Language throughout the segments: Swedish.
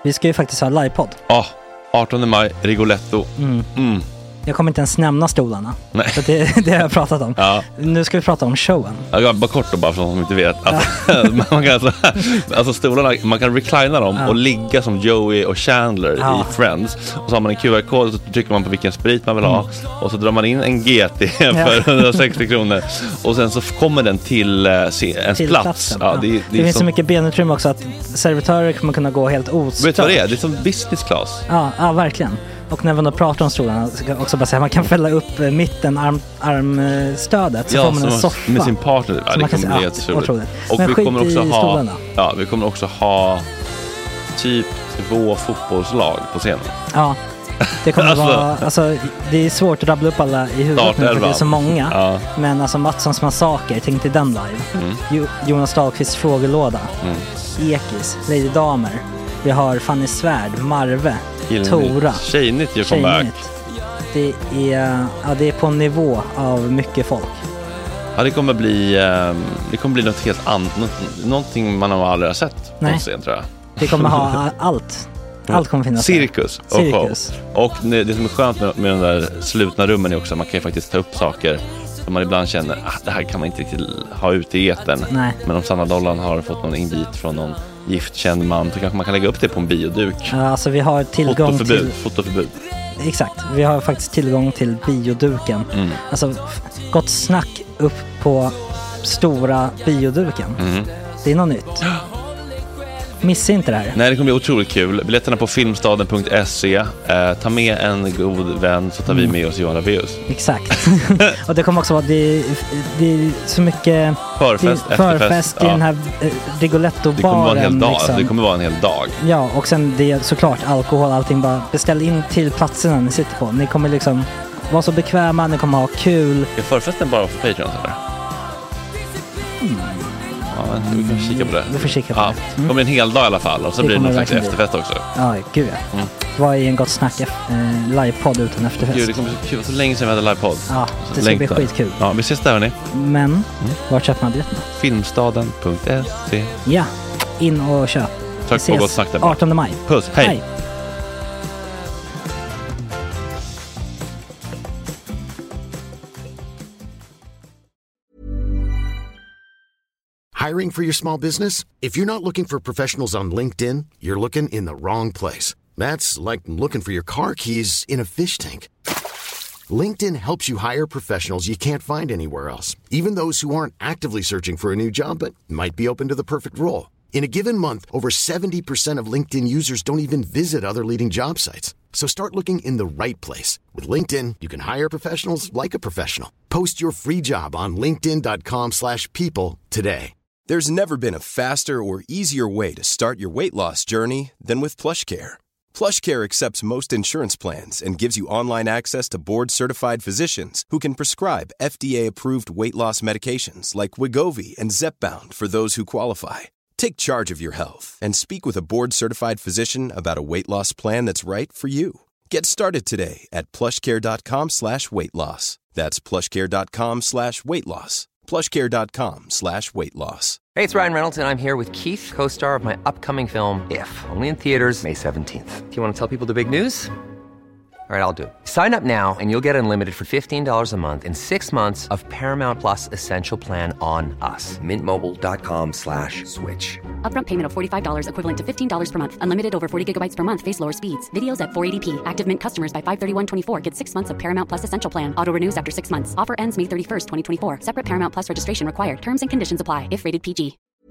Vi ska ju faktiskt ha livepodd. Ja, 18 maj, Rigoletto. Jag kommer inte ens nämna stolarna. Nej. För det har jag pratat om. Ja. Nu ska vi prata om showen. Ja, bara kort då, bara för de som inte vet. Man kan alltså stolarna, man kan reclina dem och ligga som Joey och Chandler i Friends. Och så har man en QR-kod och så trycker man på vilken sprit man vill ha. Och så drar man in en GT för 160 kronor. Och sen så kommer den till ens plats. Ja, det finns så mycket benutrymme också att servitörer kommer kunna gå helt ostört. Vet du vad det är? Det är som business class. Ja, verkligen. Och när man då pratar om stolarna så kan jag också bara säga att man kan fälla upp mitten armstödet så får man en soffa med sin partner. Ja, det kommer bli helt otroligt. Och men vi kommer också stolarna. vi kommer också ha typ 2 fotbollslag på scenen. Ja. Det kommer vara, alltså det är svårt att rabbla upp alla i huvudet nu för det är så många. Ja. Men alltså Mattssons massaker, tänk till den live. Jonas Dahlqvists frågelåda. Ekis, Lady Damer. Vi har Fanny Svärd, Marve, Tora. Tjejnytt gör comeback. Det är på en nivå av mycket folk. Ja, det kommer bli något helt annat. Någonting man har aldrig sett på scen, tror jag. Vi kommer ha allt. Allt kommer finnas. Cirkus. Och det som är skönt med de där slutna rummen är också att man kan ju faktiskt ta upp saker som man ibland känner det här kan man inte riktigt ha ute i etern. Nej. Men om Sanna Dollan har fått någon invit från någon giftkänd man så kanske man kan lägga upp det på en bioduk. Ja, alltså vi har tillgång till fotoförbud. Exakt, vi har faktiskt tillgång till bioduken. Alltså gott snack upp på stora bioduken. Det är något nytt. Missa inte det här. Nej, det kommer bli otroligt kul. Biljetterna på filmstaden.se. Ta med en god vän så tar vi med oss Johan Rabaeus. Exakt. Och det kommer också vara det är så mycket förfest i den här Rigoletto-baren. Det kommer vara en hel dag. Liksom. Det kommer vara en hel dag. Ja, och sen det är såklart alkohol, allting. Bara beställ in till platserna ni sitter på. Ni kommer liksom vara så bekväma, ni kommer ha kul. Är förfesten bara för Patreon eller? Ja, vi kan kika på det. Vi får kika på det. Det kommer en hel dag i alla fall. Och så blir det någon slags efterfest också. Ja, gud ja. Vad är en gott snack livepodd utan efterfest? Gud, det kommer bli så länge sedan vi hade livepodd. Ja, det ska bli skitkul. Ja, vi ses där hörni. Men, var köper man biljetterna? Filmstaden.se. Ja, in och köp. Tack på gott snack där. 18 maj. Puss, hej. Hiring for your small business? If you're not looking for professionals on LinkedIn, you're looking in the wrong place. That's like looking for your car keys in a fish tank. LinkedIn helps you hire professionals you can't find anywhere else, even those who aren't actively searching for a new job but might be open to the perfect role. In a given month, over 70% of LinkedIn users don't even visit other leading job sites. So start looking in the right place. With LinkedIn, you can hire professionals like a professional. Post your free job on linkedin.com/people today. There's never been a faster or easier way to start your weight loss journey than with PlushCare. PlushCare accepts most insurance plans and gives you online access to board-certified physicians who can prescribe FDA-approved weight loss medications like Wegovy and Zepbound for those who qualify. Take charge of your health and speak with a board-certified physician about a weight loss plan that's right for you. Get started today at plushcare.com/weightloss. That's plushcare.com/weightloss. plushcare.com/weightloss. Hey, it's Ryan Reynolds, and I'm here with Keith, co-star of my upcoming film, If, only in theaters May 17th. Do you want to tell people the big news? All right, I'll do it. Sign up now and you'll get unlimited for $15 a month and 6 months of Paramount Plus Essential Plan on us. Mintmobile.com/switch. Upfront payment of $45 equivalent to $15 per month. Unlimited over 40 gigabytes per month. Face lower speeds. Videos at 480p. Active Mint customers by 531.24 get 6 months of Paramount Plus Essential Plan. Auto renews after 6 months. Offer ends May 31st, 2024. Separate Paramount Plus registration required. Terms and conditions apply if rated PG.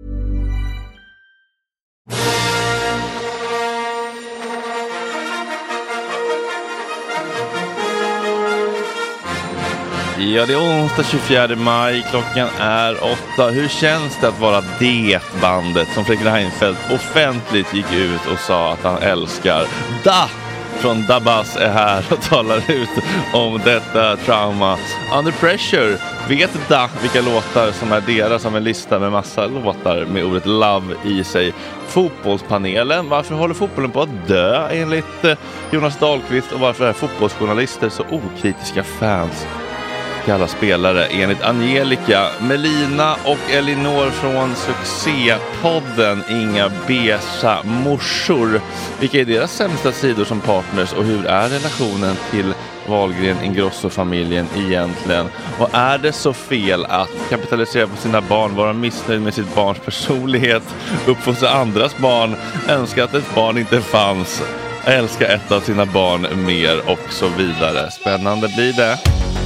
Ja, det är onsdag 24 maj, klockan är 8. Hur känns det att vara det-bandet som Fredrik Reinfeldt offentligt gick ut och sa att han älskar? Da! Från Dabas är här och talar ut om detta trauma. Under Pressure vet Da vilka låtar som är deras, av en lista med massa låtar med ordet love i sig. Fotbollspanelen, varför håller fotbollen på att dö enligt Jonas Dahlqvist, och varför är fotbollsjournalister så okritiska fans till alla spelare enligt Angelica, Melina och Elinor från succépodden Inga besa morsor. Vilka är deras sämsta sidor som partners och hur är relationen till Wahlgren Ingrosso-familjen egentligen? Och är det så fel att kapitalisera på sina barn, vara missnöjd med sitt barns personlighet, uppfostra andras barn, önska att ett barn inte fanns, älska ett av sina barn mer och så vidare? Spännande blir det.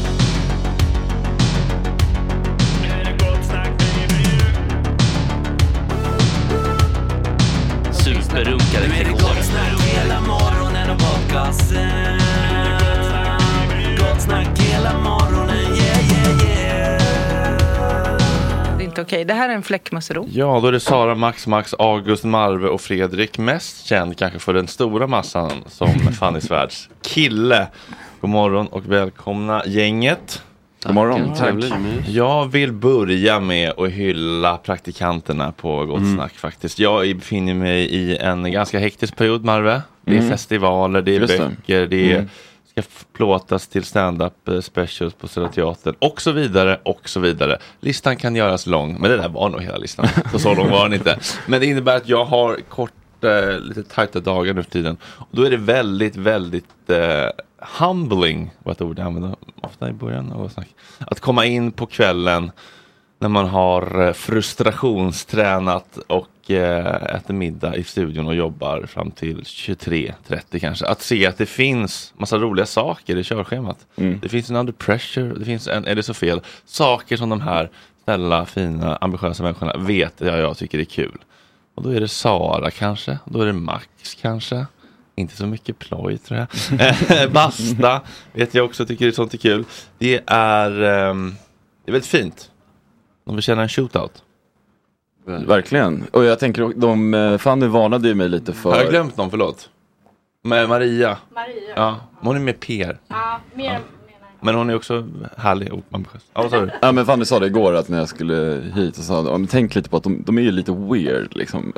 Superrunkare till gott snack hela morgonen och podcasten. Gott snack hela morgonen, yeah. Det är inte okej. Det här är en fläckmussero. Ja, då är det Sara, Max, August, Marve och Fredrik. Mest känd kanske för den stora massan som Fanny Svärds kille. God morgon och välkomna gänget. God morgon, tack. Jag vill börja med att hylla praktikanterna på Gott Snack faktiskt. Jag befinner mig i en ganska hektisk period, Marve. Det är festivaler, det är böcker, det ska plåtas till stand-up specials på Södra Teatern och så vidare och så vidare. Listan kan göras lång, men det där var nog hela listan. Så lång var den inte. Men det innebär att jag har lite tajta dagar nu för tiden. Och då är det väldigt humbling, vad ett ord jag använder ofta i början av snack. Att komma in på kvällen när man har frustrationstränat och äter middag i studion och jobbar fram till 23:30 kanske. Att se att det finns massa roliga saker i körschemat. Det finns en under pressure, det finns en, är det så fel? Saker som de här snälla, fina, ambitiösa människorna vet jag tycker det är kul. Och då är det Sara kanske, då är det Max kanske. Inte så mycket ploj tror jag. Basta vet jag också tycker det är sånt är kul. Det är väldigt fint. De vill känna en shootout. Verkligen. Och jag tänker, Fanny varnade ju mig lite för... Har jag glömt någon, förlåt? Med Maria. Ja, hon är med PR. Ja, mer. Men hon är också härlig och ambitiös. Ja, vad sa du? Ja, men Fanny sa det igår att när jag skulle hit och sa tänk lite på att de är ju lite weird liksom.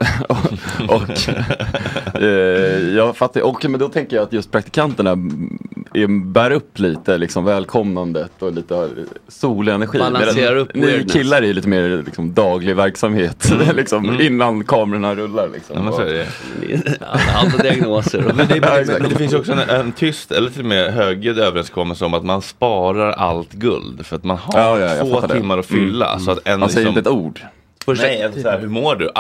Jag fattar, men då tänker jag att just praktikanterna bär upp lite liksom välkomnandet och lite solenergi. Balanserar upp ni killar är lite mer liksom daglig verksamhet liksom, innan kamerorna rullar liksom. Ja, men så är det. Alla diagnoser. Men det finns ju också en tyst eller till och med högljudd överenskommelse om att man sparar allt guld för att man har 2 timmar att fylla. Så att man säger inte ett ord. Nej, så här, hur mår du?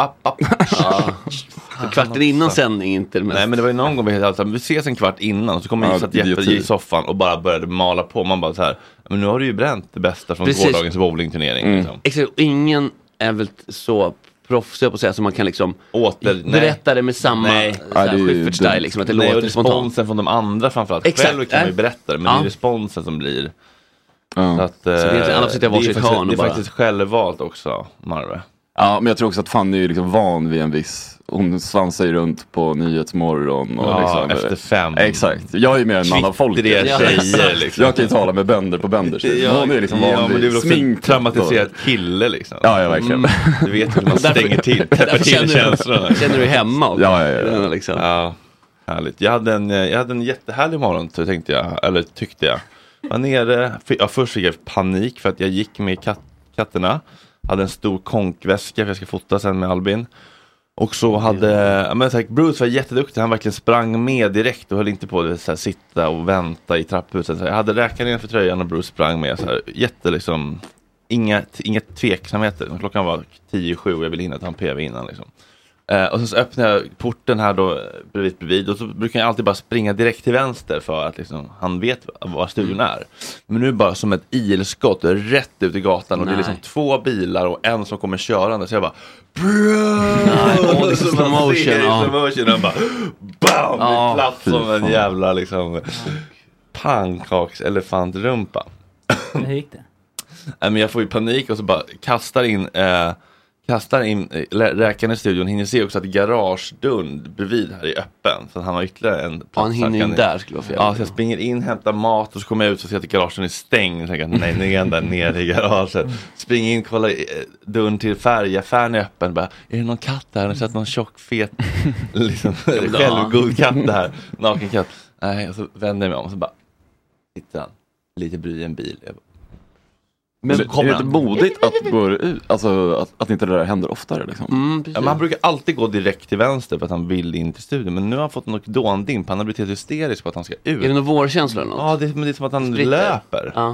Kvarten innan sändning inte. Nej, men det var ju någon gång vi ses en kvart innan och så kommer jag Jeppe i soffan och bara började mala på. Man bara så här, men nu har du ju bränt det bästa från gårdagens bowlingturnering. Liksom. Exakt, ingen är väl så proffsig på att säga som man kan liksom berätta det med samma skiffertstyle liksom, att det låter responsen spontant. Från de andra framförallt. Exakt. Själv kan man ju berätta det, men det är responsen som blir. Så att, så det är faktiskt självvalt också, Marve. Ja, men jag tror också att Fanny är liksom van vid en viss... Hon svansar ju runt på Nyhetsmorgon. Och liksom, efter 5. Exakt. Jag är mer en man av folk. Liksom. Jag kan ju tala med bönder på bönder. Hon är liksom van vid smink. Traumatiserad kille liksom. Ja, verkligen. Du vet hur man stänger till. Känner du hemma? Ja. Liksom. Ja, härligt. Jag hade en jättehärlig morgon tyckte jag. Jag var nere, först fick jag panik för att jag gick med katterna. Hade en stor konkväska för jag ska fota sen med Albin. Och så hade Bruce var jätteduktig. Han verkligen sprang med direkt och höll inte på att så här, sitta och vänta i trapphuset. Så jag hade räkaren för tröjan och Bruce sprang med. Så här, liksom, inga tveksamheter. Klockan var 10:07 och jag ville hinna ta en PV innan liksom. Och så öppnade jag porten här då bredvid och så brukar jag alltid bara springa direkt till vänster för att liksom, han vet var studion är. Men nu är det bara som ett ilskott rätt ut i gatan och det är liksom 2 bilar och en som kommer körande så jag bara det är slow motion och han bara bam, plats som en jävla liksom pannkakselefant-rumpa. Hur gick det? Men jag får ju panik och så bara kastar in räkaren i studion, hinner se också att garagedörren bredvid här är öppen. Så han har ytterligare en plats. Han hinner in där skulle jag säga. Ja, så jag springer in, hämtar mat och så kommer jag ut och ser att garagen är stängd. Jag tänker nej, nu är jag där nere i garaget. Springer in, kollar dörren till färgaffären är öppen. Bara, är det någon katt där? Har ni sett någon tjock, fet, liksom, självgod katt där? Naken katt. Nej, och så vänder jag mig om och så bara tittar han. Lite bry en bil. Men är det inte modigt att gå ut, alltså att inte det där händer oftare liksom? Ja, man brukar alltid gå direkt till vänster för att han vill in till studion. Men nu har han fått något dånding på, han har blivit helt hysterisk på att han ska ut. Är det någon vårkänsla eller något? Ja, det är som att han löper. Ja.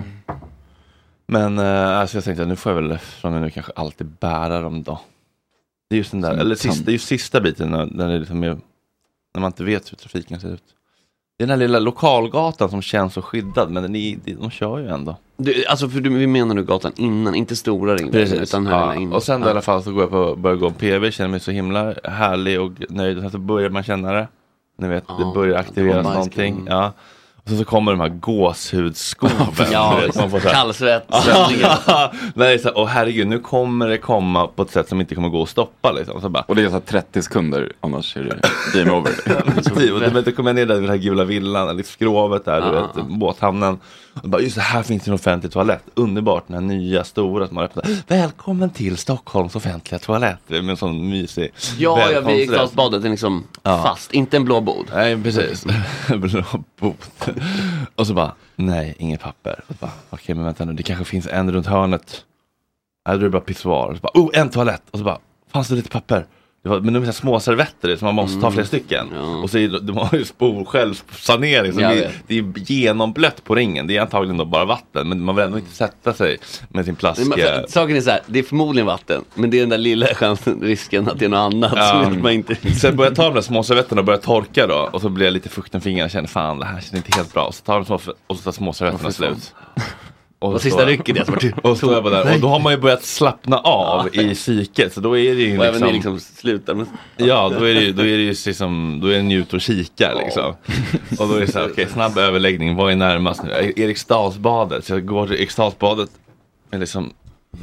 Men alltså jag tänkte att nu får jag väl från nu kanske alltid bära dem då. Det är just den där, eller det är ju sista biten när det liksom är, när man inte vet hur trafiken ser ut. Det är den här lilla lokalgatan som känns så skyddad, men de kör ju ändå. Alltså vi menar nu gatan innan, inte stora ringar, utan här innan. Och sen då i alla fall så går jag börjar gå en PV, känner mig så himla härlig och nöjd. Och sen så börjar man känna det. Ni vet, det börjar aktiveras någonting. Ja. Och så kommer de här gåshudskoven. Kallsvett. Nej, så åh herregud, nu kommer det komma på ett sätt som inte kommer gå att stoppa liksom. Så bara, och det är så 30 sekunder, annars är det game over. Och då kommer jag ner där i den här gula villan, eller skrovet där, du vet, båthamnen. Och bara, just det, här finns det en offentlig toalett. Underbart, den här nya stora som har öppnat. Välkommen till Stockholms offentliga toalett. Med en sån mysig. Ja, vi gick badet är liksom fast, inte en blå bod. Nej, precis. Blå bod. Och så bara, nej, inget papper. Okej, men vänta nu, det kanske finns en runt hörnet. Nej, då är det bara pissoar. Och så bara, en toalett. Och så bara, fanns det lite papper? Men de är så små servetter så man måste ta flera stycken. Och så de har ju självsanering. Så det är genomblött på ringen. Det är antagligen då bara vatten. Men man vill ändå inte sätta sig med sin plast. Saken är så här, det är förmodligen vatten. Men det är den där lilla risken att det är något annat som man inte... Sen börjar jag ta de där små servetterna och börjar torka då. Och så blir jag lite fukten i fingrarna och känner, fan det här känns inte helt bra. Och så tar de och så tar små servetterna slut. Och sista rycket är och så jag där. Och då har man ju börjat slappna av i psyket. Så då är det ju och även liksom slutar med... Ja, då är det ju liksom, då är det njut och kika liksom. Och då är det så här, okej, snabb överläggning. Vad är närmast nu? Eriksdalsbadet. Så jag går till Eriksdalsbadet med liksom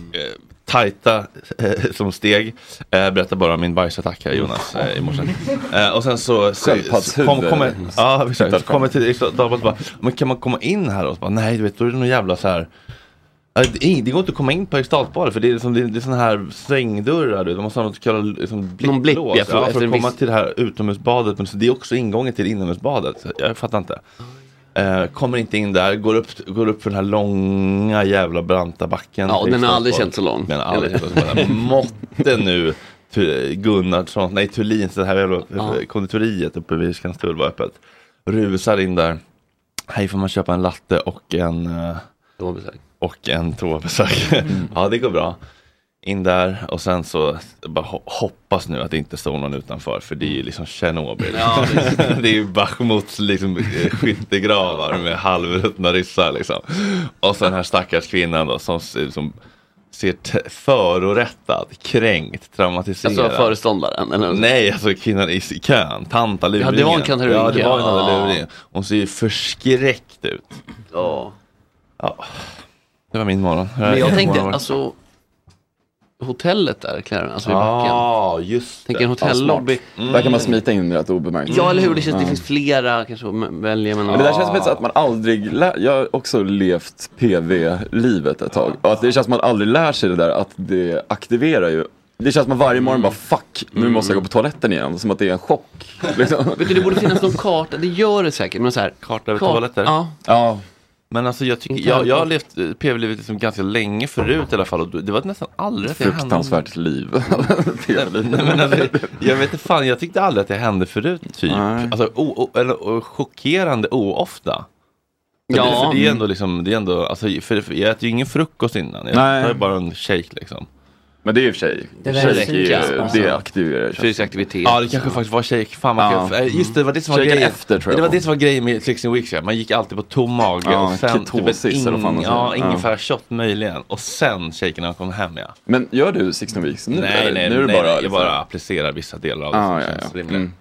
tajta som steg. Berättar bara om min bajsattack här, Jonas, i morse. Och sen så kommer till Eriksdalsbadet bara, men kan man komma in här? Och så bara, nej, du vet, då är det någon jävla så här. Det går inte att komma in på Eriksdalsbadet för det är sån här svängdörrar. De måste ha något kallat liksom blicklås för att komma till det här utomhusbadet. Men så det är också ingången till inomhusbadet. Jag fattar inte. Kommer inte in där, går upp för den här långa jävla branta backen. Ja, och den har aldrig känt så lång. Den har aldrig känt så lång. Måtte nu Gunnarsson, nej Thulins, det här jävla konditoriet uppe vid Skanstull var öppet. Rusar in där. Hej, får man köpa en latte och en toabesök. Ja, det går bra. In där och sen så bara hoppas nu att det inte står någon utanför, för det är ju liksom Tjernobyl. Ja, det är ju Bachmuts liksom skyttegravar med halvruttna ryssar liksom. Och så den här stackars kvinnan då som ser förorättad, kränkt, traumatiserad. Alltså föreståndaren? Eller? Nej, alltså kvinnan i kön, tanta luringen. Ja, det var en kantaruring. Ja, det var en tanta luringen. Hon ser ju förskräckt ut. Ja. Det var min morgon. Men jag tänkte, alltså hotellet där, Claren, alltså i backen. Ja, just det. Tänker en hotellobby. Där kan man smita in rätt obemärkt. Ja, eller hur? Det känns det finns flera kanske att välja mellan. Men det där känns som att man aldrig jag har också levt PV-livet ett tag. Och att det känns som att man aldrig lär sig det där, att det aktiverar ju. Det känns som att varje morgon bara, fuck, nu måste jag gå på toaletten igen. Som att det är en chock. Liksom. Vet du, det borde finnas någon karta. Det gör det säkert. Men så här, karta över toaletter? Ja. Men alltså jag har levt PV-livet liksom ganska länge förut i alla fall. Och det var nästan aldrig att det hände. Fruktansvärt liv. Men alltså, jag vet inte fan, jag tyckte aldrig att det hände förut typ. Alltså eller chockerande oofta. För det är ändå liksom, alltså, för jag äter ju ingen frukost innan. Jag tar bara en shake liksom. Men det är ju för sig. Det aktiverar fysisk aktivitet. Ja, det kanske faktiskt var shake. Fan, just det var det som var grejen. Det var det som var grejen med 16 weeks. Man gick alltid på tom mage och sen ingefärshot möjligen och sen shaken när jag kom hem. Men gör du 16 weeks nu? Nej, jag bara applicerar vissa delar av det som känns rimligt.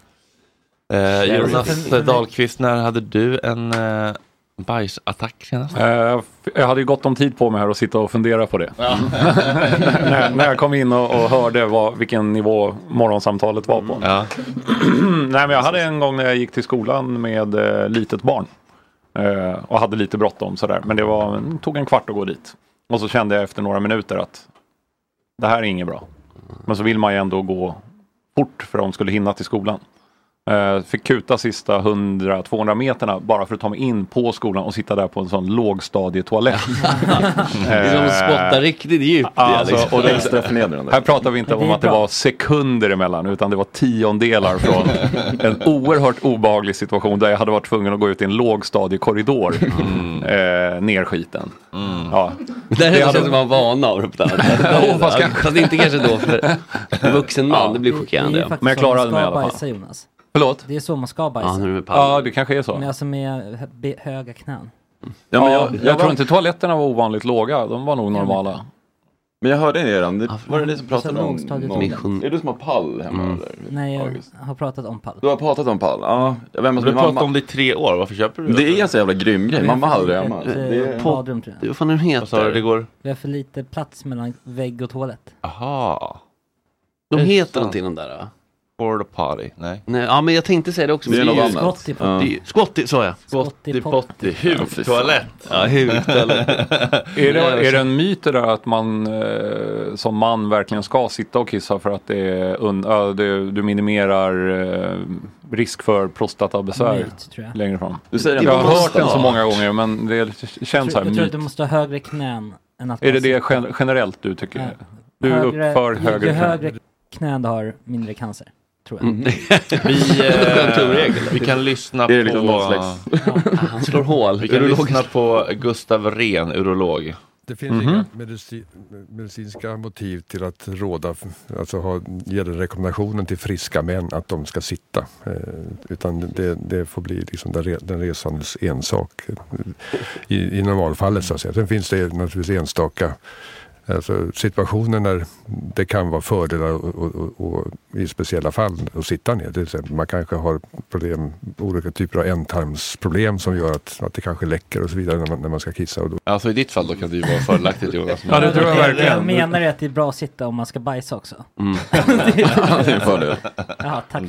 Jonas Dahlqvist, när hade du en bajsattack senast? Jag hade ju gott om tid på mig här att sitta och fundera på det. när jag kom in och hörde vilken nivå morgonsamtalet var på. Nej, men jag hade en gång när jag gick till skolan med litet barn. Och hade lite bråttom sådär. Men det tog en kvart att gå dit. Och så kände jag efter några minuter att det här är inget bra. Men så vill man ju ändå gå fort för att de skulle hinna till skolan. Fick kuta sista 100-200 meterna bara för att ta mig in på skolan och sitta där på en sån lågstadietoalett. Det är som att spotta riktigt djupt. Alltså, och det extra förnedrande. Här pratar vi inte om att det var sekunder emellan, utan det var tiondelar från en oerhört obehaglig situation där jag hade varit tvungen att gå ut i en lågstadiekorridor nerskiten. Ja. Det är det som man vana av det. Fast inte kanske då för vuxen man, det blir chockerande. Men jag klarade mig i alla fall. Jonas. Förlåt? Det är så man ska bajsa. Ja, det kanske är så. Men alltså med höga knän. Ja, men jag tror inte toaletterna var ovanligt låga. De var nog normala. Men jag hörde redan, var det det som pratade om någon? Är du som har pall hemma? Eller? Nej, jag har pratat om pall. Du har pratat om pall? Ja. Du har pratat om det i 3 år, varför köper du det? Det är en så jävla grym grej, mamma hade det hemma. Badrum tror jag. Vad fan är det heter? Det går? Vi har för lite plats mellan vägg och toalett. Aha. De heter någonting de där. Porta party, nej. Ja, men jag tänkte säga det också. Det är något annat. Skotty, sa jag. Skotty, huktoalett. Ja, huktoalett. Är det en myt där att man som man verkligen ska sitta och kissa för att du minimerar risk för prostatabesvär längre fram? Jag har hört den så många gånger, men det känns så här myt. Jag tror att du måste ha högre knän än att... Är det generellt du tycker? Du uppför högre knän. Ju högre knän du har, mindre cancer. Tror jag. Vi kan lyssna på... Han slår hål. Vi kan lyssna på Gustav Rehn, urolog. Det finns inga medicinska motiv till att råda, alltså ge rekommendationen till friska män att de ska sitta. Utan det får bli liksom den resandes ensak i normalfallet så att säga. Sen finns det naturligtvis enstaka situationer när det kan vara fördelar och i speciella fall att sitta ner. Till exempel man kanske har olika typer av ändtarmsproblem som gör att det kanske läcker och så vidare när man ska kissa. Alltså i ditt fall då kan det ju vara fördelaktigt, Jonas. Ja, det tror jag verkligen. Jag menar att det är bra att sitta om man ska bajsa också. Det är en fördel. Ja, tack.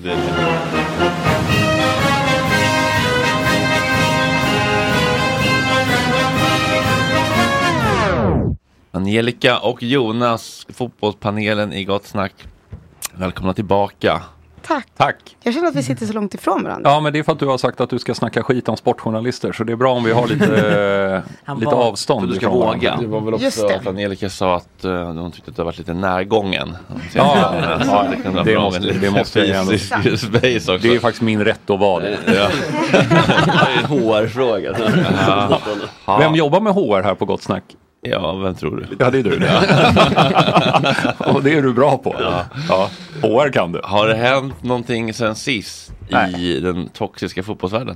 Angelica och Jonas, fotbollspanelen i Gott Snack. Välkomna tillbaka. Tack. Jag känner att vi sitter så långt ifrån varandra. Ja, men det är för att du har sagt att du ska snacka skit om sportjournalister. Så det är bra om vi har lite avstånd. Du ska våga. Det var väl också att Angelica sa att hon tyckte att det har varit lite närgången. Det måste jag ändå. Det är ju faktiskt min rätt att vara det. Det är en HR-fråga. Vem jobbar med HR här på Gott Snack? Ja, vem tror du? Ja, det är du det. Och det är du bra på. Ja. HR kan du. Har det hänt någonting sen sist i den toxiska fotbollsvärlden?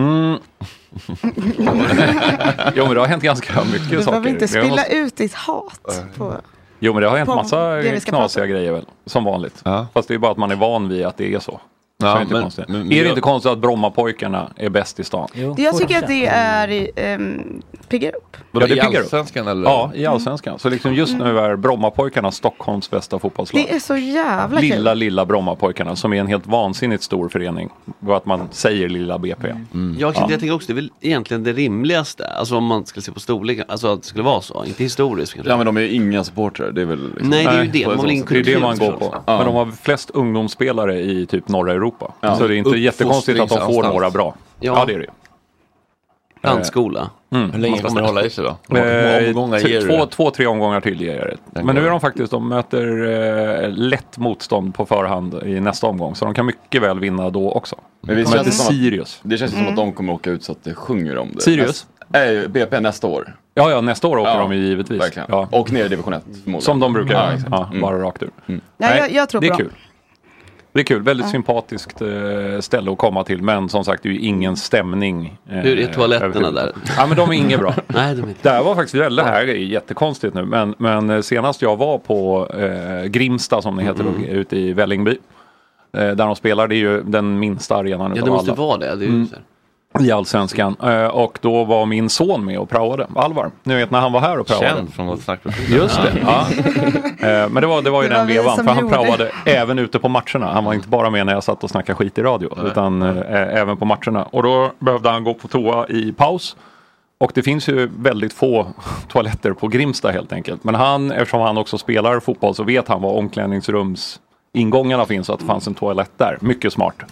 Jo, men det har hänt ganska mycket saker. Du behöver inte spilla ut ditt hat på... Jo, men det har hänt massa knasiga grejer väl, som vanligt. Fast det är bara att man är van vid att det är så. Ja, är det inte konstigt att Brommapojkarna är bäst i stan? Jo, jag tycker att det är piggar upp. Ja, det i Allsvenskan eller? Ja, i Allsvenskan. Så liksom just nu är Brommapojkarna Stockholms bästa fotbollslag. Det är så jävla kul. Lilla Brommapojkarna som är en helt vansinnigt stor förening. Och att man säger lilla BP. Jag tänker också, det är väl egentligen det rimligaste. Alltså om man ska se på storleken. Alltså att det skulle vara så, inte historiskt. Ja, men de är ju inga supportrar. Det är väl liksom... Nej, det är ju det. Det är det man går på. Men de har flest ungdomsspelare i typ norra Europa. Så det är inte jättekonstigt att de får några bra. Ja, det är det. Landskola. Hur länge kommer det hålla i sig då? 2-3 omgångar till ger det. Men nu är de möter lätt motstånd på förhand i nästa omgång. Så de kan mycket väl vinna då också. Men de möter Sirius. Det känns som att de kommer åka ut så att det sjunger om det. Sirius? BP nästa år. Ja, nästa år åker de ju givetvis. Ja. Och ner i division 1 förmodligen. Som de brukar göra. Bara rakt ur. Nej, jag tror det är kul. Det är kul, väldigt sympatiskt ställe att komma till. Men som sagt, det är ju ingen stämning. Hur är toaletterna där? Ja, men de är inget bra. Nej, de är inte. Det här var faktiskt väldigt, det här är jättekonstigt nu. Men senast jag var på Grimsta som det heter ute i Vällingby. Där de spelar, det är ju den minsta arenan utav alla. Ja, det måste vara det. Det är ju så här. I Allsvenskan. Och då var min son med och praoade. Alvar. Ni vet när han var här och praoade. Känd från något snack. Just det. Ja. Men det var ju den vevan. För han praoade även ute på matcherna. Han var inte bara med när jag satt och snackade skit i radio. Utan även på matcherna. Och då behövde han gå på toa i paus. Och det finns ju väldigt få toaletter på Grimsta helt enkelt. Men eftersom han också spelar fotboll så vet han var omklädningsrums ingångarna finns. Så att det fanns en toalett där. Mycket smart.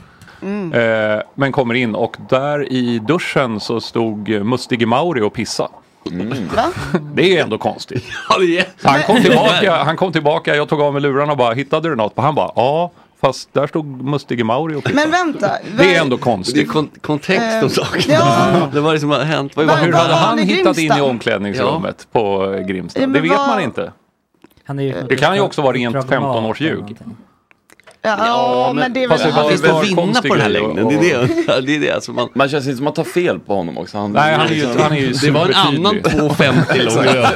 Men kommer in och där i duschen så stod Mustige Mauri och pissa. Va? Det är ändå konstigt. Ja, Han kom tillbaka, jag tog av mig lurarna och bara, hittade du något? Han bara, ja. Fast där stod Mustige Mauri och pissa. Men vänta. Det är ändå konstigt. Det är kontext och saker. Ja. Det var liksom hänt. Hur hade han hittat in i omklädningsrummet på Grimstad? Ja, det vet man inte. Det kan ju också vara rent 15-års ljug. Ja, men det är väl... Han finns väl vinna på den här längden. Det är det alltså man känns inte som att ta fel på honom också. Nej, han är ju det var en annan 2,50 lång.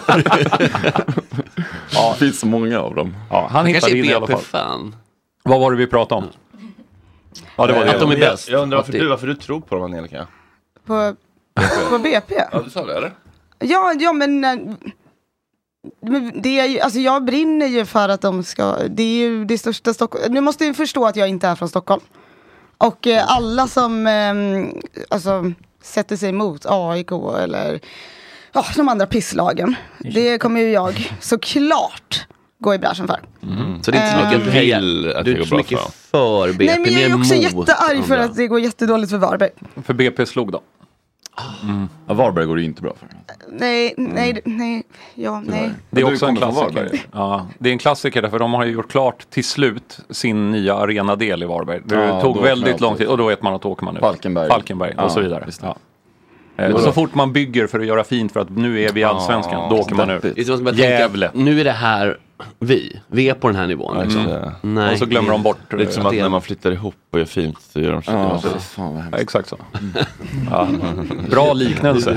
Ja, det finns så många av dem. Ja, han hittade in i alla fall. Fan. Vad var det vi pratade om? Ja, det var det. Att de är bäst. Jag undrar varför du tror på dem, Angelica. På BP? Ja, du sa det, eller? Ja, men det är ju, alltså jag brinner ju för att de ska, det är ju det största Stockholm. Nu måste ju förstå att jag inte är från Stockholm. Och alla som alltså sätter sig emot AIK eller de andra pisslagen, det kommer ju jag såklart gå i bräschen för. Så det är inte så mycket du är inte så mycket för BP. Nej, men jag är också jättearg för att det går jättedåligt för Varberg. För BP slog då. Ja, Varberg går det inte bra för. Nej. Det är också en klassiker. Ja, det är en klassiker därför de har ju gjort klart till slut sin nya arenadel i Varberg. Det tog väldigt lång tid och då vet man att åker man ut. Falkenberg och så vidare. Så fort man bygger för att göra fint för att nu är vi i Allsvenskan, då åker man ut. Gävle. Nu är det här vi är på den här nivån. Nej. Och så glömmer de bort. Lite som att när man flyttar ihop och gör fint så gör de så. Exakt så. Bra liknelse.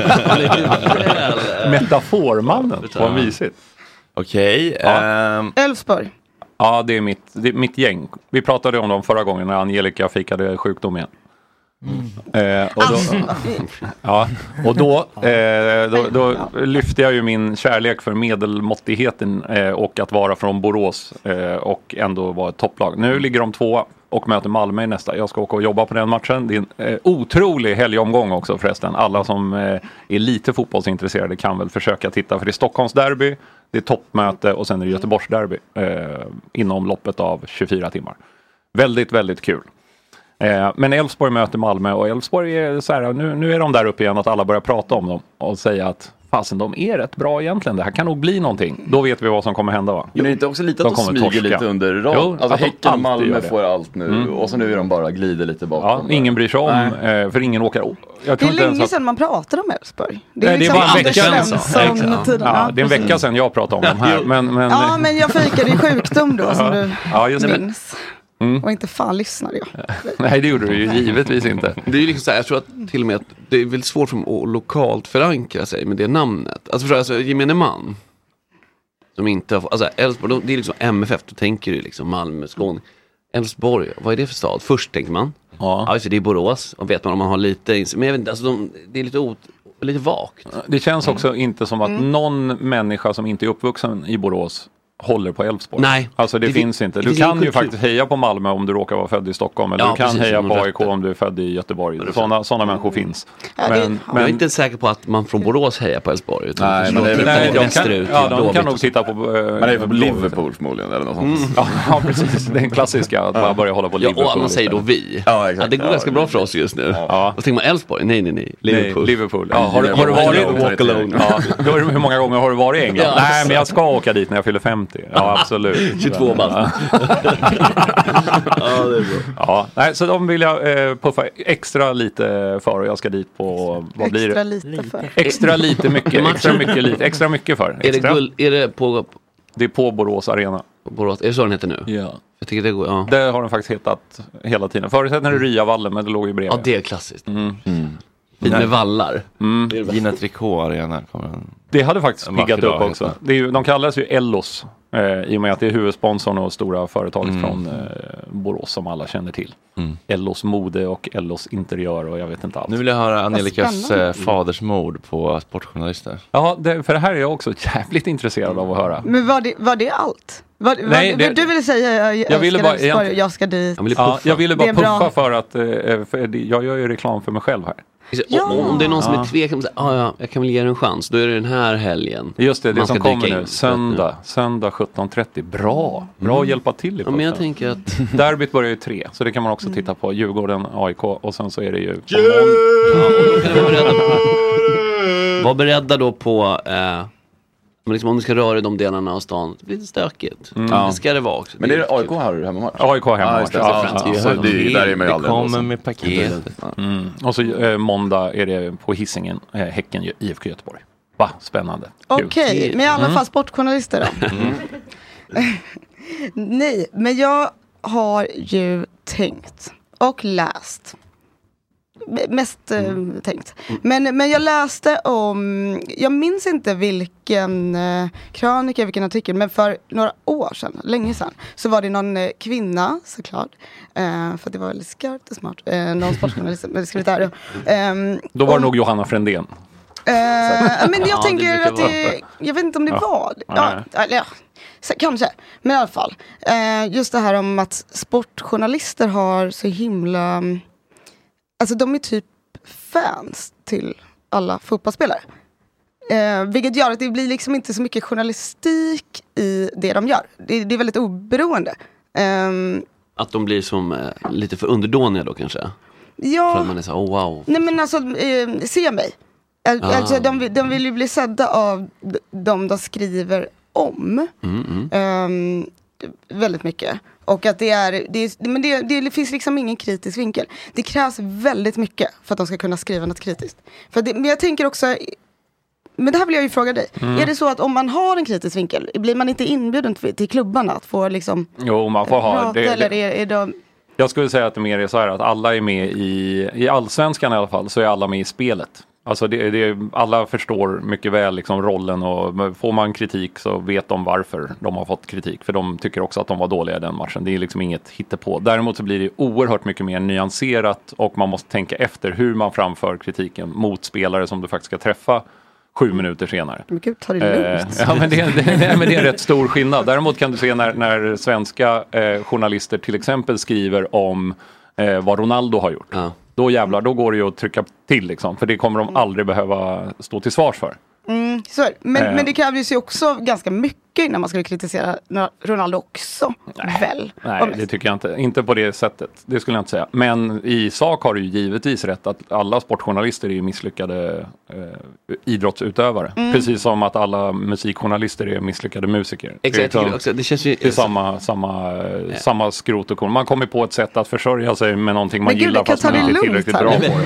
Metaformannen. Vad mysigt. Okej. Elfsborg. Ja, det är mitt gäng. Vi pratade om dem förra gången när Angelica fikade sjukdom igen. Och då lyfte jag ju min kärlek för medelmåttigheten och att vara från Borås och ändå vara ett topplag. Nu ligger de 2 och möter Malmö i nästa. Jag ska åka och jobba på den matchen. Det är en otrolig helgomgång också förresten. Alla som är lite fotbollsintresserade kan väl försöka titta, för det är Stockholms derby, det är toppmöte och sen är det Göteborgs derby inom loppet av 24 timmar. Väldigt, väldigt kul. Men Elfsborg möter Malmö och Elfsborg är så här, nu är de där uppe igen att alla börjar prata om dem och säga att fasen, de är rätt bra egentligen. Det här kan nog bli någonting. Då vet vi vad som kommer hända, va? Men det är inte också lite att de smyger lite under rad? Alltså Häcken och Malmö får allt nu och så nu är de bara glider lite bakom. Ja, ingen bryr sig om, för ingen åker. Det är länge sedan man pratar om Elfsborg. Det är bara en vecka sedan. Ja, det är en vecka sedan jag pratade om dem här. Men jag fikade i sjukdom då som du minns. Och inte fan lyssnade jag. Nej, det gjorde du ju givetvis inte. Det är ju liksom så här, jag tror att till och med att det är väldigt svårt för dem att lokalt förankra sig med det namnet. Alltså gemene man som inte har, alltså Elfsborg, det är liksom MFF, då tänker du liksom Malmö, Skåne. Elfsborg, vad är det för stad? Först tänker man. Ja, alltså det är Borås, och vet man om man har lite, men jag vet inte, alltså det är lite vagt. Det känns också inte som att någon människa som inte är uppvuxen i Borås håller på Elfsborg. Nej. Alltså det finns inte. Du kan ju faktiskt heja på Malmö om du råkar vara född i Stockholm. Eller du kan heja på AIK om du är född i Göteborg. Sådana människor finns. Men jag är inte säker på att man från Borås hejar på Elfsborg. Nej, de kan nog titta på... Men det är för Liverpool förmodligen eller något sånt. Ja, precis. Det är en klassiska att man börjar hålla på Liverpool. Och man säger då vi. Ja, exakt. Det går ganska bra för oss just nu. Och så tänker man Elfsborg. Nej. Liverpool. Har du varit... Walk alone. Hur många gånger har du varit i England? Nej, men jag ska åka dit när jag fyller 50. Ja, absolut. 22 bast. Ja, det är bra. Ja, nej, så de vill jag puffa extra lite för, och jag ska dit på, vad blir det? Extra lite för. Extra lite mycket, extra mycket för. Extra. Är det på... Det är på Borås Arena. Borås, är det så den heter nu? Ja. Jag tycker det går, ja. Det har den faktiskt hetat hela tiden. Förut hette den Ryavallen, men det låg ju bredvid. Ja, det är klassiskt. Med vallar. Gina Tricot Arena kommer. Det hade faktiskt piggat upp också. De kallas ju Ellos i och med att det är huvudsponsorn och stora företag från Borås som alla känner till. Ellos mode och Ellos interiör och jag vet inte allt. Nu vill jag höra Angelicas fadersmord på sportjournalister. Ja, för det här är jag också jävligt intresserad av att höra. Men var det allt? Du ville säga jag ska dit. Jag ville bara puffa för att jag gör ju reklam för mig själv här. Om det är någon som är tveksam, jag kan väl ge den en chans. Då är det den här helgen. Just det som kommer nu. Söndag 17:30. Bra att hjälpa till. Men jag tänker att derbyt börjar ju 3. Så det kan man också titta på. Djurgården, AIK. Och sen så är det ju var beredda då på men liksom om du ska röra de delarna av stan, det blir lite stökigt. Det ska det vara också. Men det är AIK här hemmamatch. AIK hemmamatch. Där är man ju aldrig. Kommer med paket. Och så måndag är det på Hisingen, Häcken, IFK Göteborg. Va, spännande. Okej, men i alla fall sportjournalister då. Nej, men jag har ju tänkt och läst. Mest tänkt. Men jag läste om, jag minns inte vilken krönika, vilken artikel, men för några år sedan, länge sedan, så var det någon kvinna, såklart, för det var väldigt skarpt och smart, någon sportjournalist skrivit där. Då var det nog Johanna Frändén. Men jag tänker att det, jag vet inte om det var kanske, men i alla fall just det här om att sportjournalister har så himla, alltså de är typ fans till alla fotbollsspelare. Vilket gör att det blir liksom inte så mycket journalistik i det de gör. Det är väldigt oberoende. Att de blir som lite för underdåniga då kanske? Ja. För att man är så, wow. Nej men alltså, se mig. Alltså, de vill ju bli sedda av de skriver om. Väldigt mycket. Och att det finns liksom ingen kritisk vinkel. Det krävs väldigt mycket för att de ska kunna skriva något kritiskt. Men jag tänker också, men det här vill jag ju fråga dig. Är det så att om man har en kritisk vinkel, blir man inte inbjuden till klubbarna att få liksom... Jo, man får ha det. Eller är de... Jag skulle säga att det mer är så här att alla är med i Allsvenskan i alla fall, så är alla med i spelet. Alltså alla förstår mycket väl liksom rollen, och får man kritik så vet de varför de har fått kritik. För de tycker också att de var dåliga i den matchen. Det är liksom inget hittepå. Däremot så blir det oerhört mycket mer nyanserat, och man måste tänka efter hur man framför kritiken mot spelare som du faktiskt ska träffa 7 minuter senare. Men gud, ta det lugnt. Men det är en rätt stor skillnad. Däremot kan du se när svenska journalister till exempel skriver om vad Ronaldo har gjort. Ja. Då jävlar, då går det ju att trycka till liksom. För det kommer de aldrig behöva stå till svars för. Så är det. Men det krävs ju också ganska mycket innan man skulle kritisera Ronaldo också. Nej, det tycker jag inte. Inte på det sättet. Det skulle jag inte säga. Men i sak har du ju givetvis rätt att alla sportjournalister är ju misslyckade idrottsutövare. Precis som att alla musikjournalister är misslyckade musiker. Exakt, det känns ju... Det är samma skrot och korn. Man kommer på ett sätt att försörja sig med någonting man gillar fast man inte är tillräckligt bra på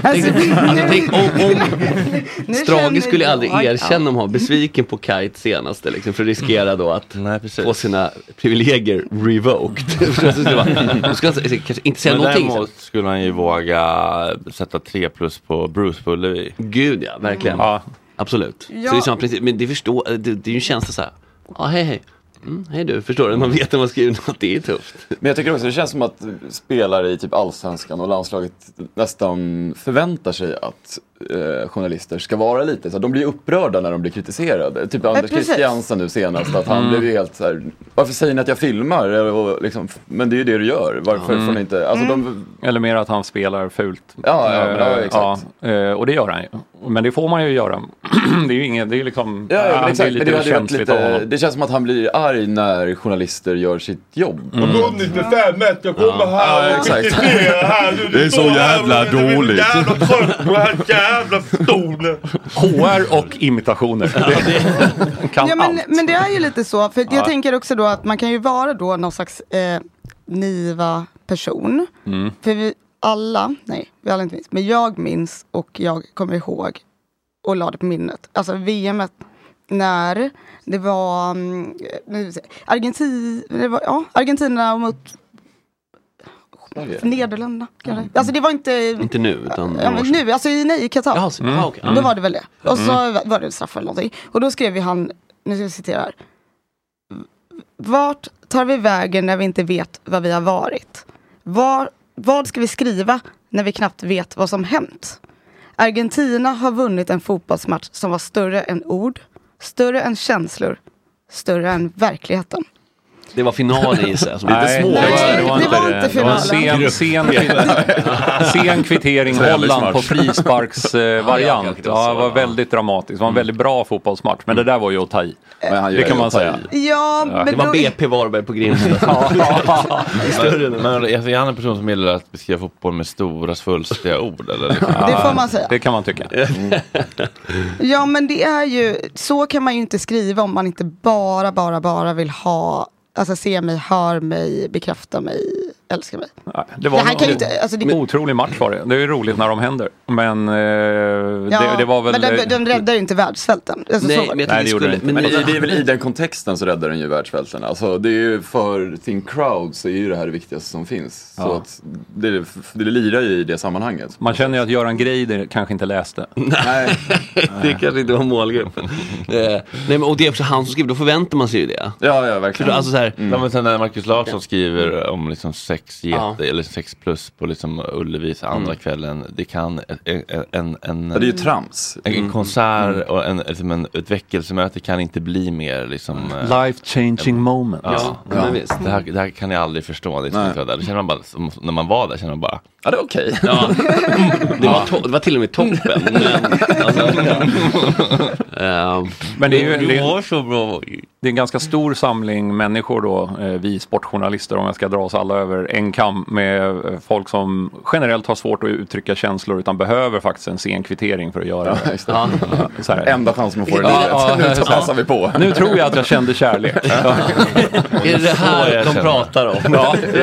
det. Strage skulle aldrig erkänna om han besviken på Kite senaste liksom, för att riskera då att få sina privilegier revoked. Då skulle han kanske inte säga någonting. Däremot skulle han ju våga sätta 3+ på Bruce Bullevi. Gud ja, verkligen. Ja. Absolut. Ja. Så det är samma princip, men det är ju en känsla så här. Hej. Hej du, förstår du? Man vet när man skriver något, det är tufft. Men jag tycker också, det känns som att spelare i typ Allsvenskan och landslaget nästan förväntar sig att journalister ska vara lite så de blir upprörda när de blir kritiserade. Typ Anders Christiansen nu senast, att han blev helt så här, varför säger ni att jag filmar? Och liksom, men det är ju det du gör. Varför får ni inte... Alltså Eller mer att han spelar fult. Ja, exakt. Och det gör han ju. Men det får man ju göra. Det är ju inget, det är liksom... Ja, men exakt. Det är lite känsligt av honom. Det känns som att han blir arg när journalister gör sitt jobb. Och kom ni med 5 1, jag kommer här och kritiserar här. Det är så jävla dåligt. Jävla trött på här jävla stolen. HR och imitationer. Men det är ju lite så. För jag tänker också då att man kan ju vara då någon slags Niva-person. För vi alla inte minns. Men jag minns och jag kommer ihåg och la det på minnet. Alltså VM:et när det var Argentina mot Nederländerna kanske. Alltså det var inte nu utan nu, alltså i Qatar. Då var det väl det. Och så var det straff eller någonting. Och då skrev han, nu ska jag citera här. Vart tar vi vägen när vi inte vet vad vi har varit? Vad ska vi skriva när vi knappt vet vad som hänt? Argentina har vunnit en fotbollsmatch som var större än ord, större än känslor, större än verkligheten. Det var final i sig. Alltså, Nej, små. Det var inte finalen. Sen kvittering Holland på frisparksvariant. Det var väldigt dramatiskt. Det var en väldigt bra fotbollsmatch. Men det där var ju att ta i. Det kan man säga. Ja, men det var BP Varberg på grinden. Men är han en person som gillar att beskriva fotboll med stora svulstiga ord? Eller? Det får man säga. Det kan man tycka. Ja, men det är ju, så kan man ju inte skriva om man inte bara vill ha, alltså se mig, hör mig, bekräfta mig, älska mig. Nej, det var en otrolig match var det. Det är ju roligt när de händer. Men det var väl... Men de räddar ju inte världsfälten. Alltså, nej, så. Men det gjorde men det är väl i den kontexten så räddar den ju världsfälten. Alltså det är ju för sin crowd så är ju det här det viktigaste som finns. Så att det lirar ju i det sammanhanget. Man känner ju att Göran Greider kanske inte läste. Nej. Det kanske inte var målgruppen. Nej, men, och det är också han som skriver, då förväntar man sig ju det. Ja, verkligen. Alltså, så här, men sen när Marcus Larsson skriver om liksom 6 eller 6 plus på liksom Ullevis andra kvällen, det kan det är ju trams. En konsert och ett väckelsemöte kan inte bli mer liksom life changing moment. Men visst. Det här kan jag aldrig förstå. Det känner man bara, när man var där känner man bara, ja, det är okej. Ja. Det var till och med toppen. Men det är ju var så bra. Det är en ganska stor samling människor då, vi sportjournalister, om jag ska dra oss alla över en kam, med folk som generellt har svårt att uttrycka känslor utan behöver faktiskt en sen kvittering för att göra det. Så här. Enda chans man får det nu passar vi på. Nu tror jag att jag kände kärlek. Är det här de pratar om? Ja, det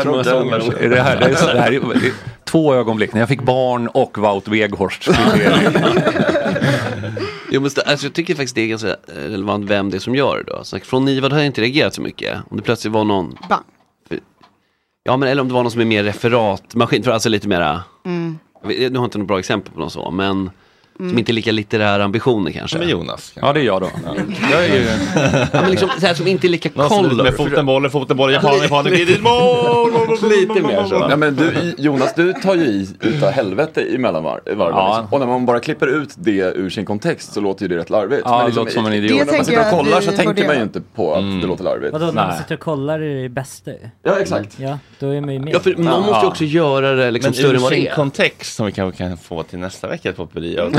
här är 2 ögonblick när jag fick barn och Wout Weghorst kvittering. Jo, men alltså, jag tycker faktiskt det är ganska relevant vem det är som gör det då. Så från Nivad har jag inte reagerat så mycket. Om det plötsligt var någon... Ja, men eller om det var någon som är mer referatmaskin. För alltså lite mera... Nu har jag inte något bra exempel på något så, men... Som inte är lika litterära ambitioner kanske. Men Jonas. Ja, det är jag då. Jag är ju... men liksom så här, som inte är lika koll. Med fotenboll, Japan, lite mer så. Ja, men Jonas, du tar ju i utav helvete i mellanvarv. Liksom. Och när man bara klipper ut det ur sin kontext så låter ju det rätt larvigt. Ja, men liksom, det låter som en idiot. När man sitter och kollar så tänker man ju inte på att det låter larvigt. Vadå, när man sitter och kollar är det bästa? Ja, exakt. Ja, då är man ju med. Ja, för någon måste ju också göra det liksom större än vad det är. Kontext som vi kanske kan få till nästa vecka på Peria.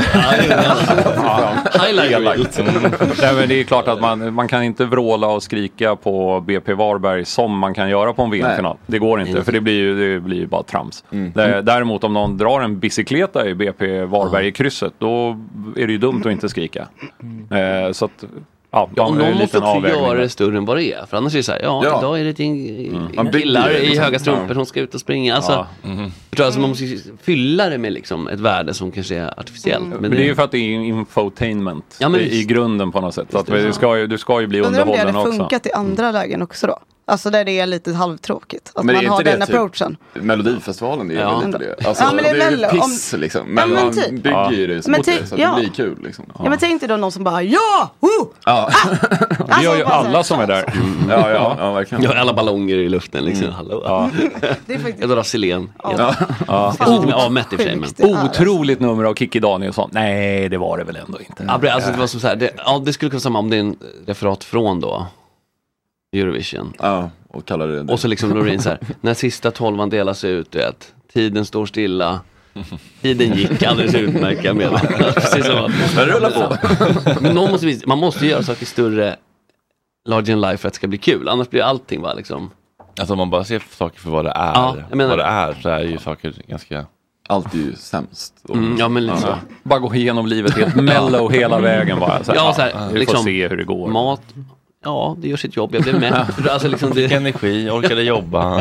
Nej, men det är klart att man kan inte vråla och skrika på BP Varberg som man kan göra på en VM-final. Det går inte, för det blir ju bara trams. Däremot om någon drar en bicykleta i BP Varberg i krysset, då är det ju dumt att inte skrika. Så att om någon måste också göra det större än vad det är. För annars är det så här, idag är det ett killar i höga strumpor som ska ut och springa. Alltså, man måste fylla det med liksom ett värde som kanske är artificiellt. Men det är ju för att det är infotainment i grunden på något sätt. Så att du ska ju bli underhållen också. Men det funkat i andra lägen också då? Alltså där det är lite halvtråkigt. Att man har den approachen. Typ Melodifestivalen, det är inte det. Alltså, men det är ju piss liksom. Men man bygger ju det så att det blir kul liksom. Ja, men tänk dig då någon som bara, det gör ju alla som är där. Ja, verkligen. Ja, alla ballonger i luften liksom. Hallå. Det är faktiskt... Eller Selen. Avmätt i och för sig. Otroligt nummer av Kikki Danielsson. Nej, det var det väl ändå inte. Alltså, det var som så här, det skulle kunna samma om det är en referat från då Eurovision. Och kallar det. Och så liksom Loreen så här, när sista 12:an delas ut, vet, tiden står stilla. Tiden gick alldeles utmärkt med. Precis som att rulla på. Men man måste göra saker större, larger than life, för att det ska bli kul. Annars blir allting bara liksom. Alltså om man bara ser saker för vad det är. Vad det är, så är ju saker ganska. Allt är ju sämst. Ja, men liksom. Bara gå igenom livet helt mellow hela vägen bara. Så här, vi liksom, får se hur det går. Mat. Ja, det gör sitt jobb. Jag blev med. Alltså liksom det... Energi, orkade jobba.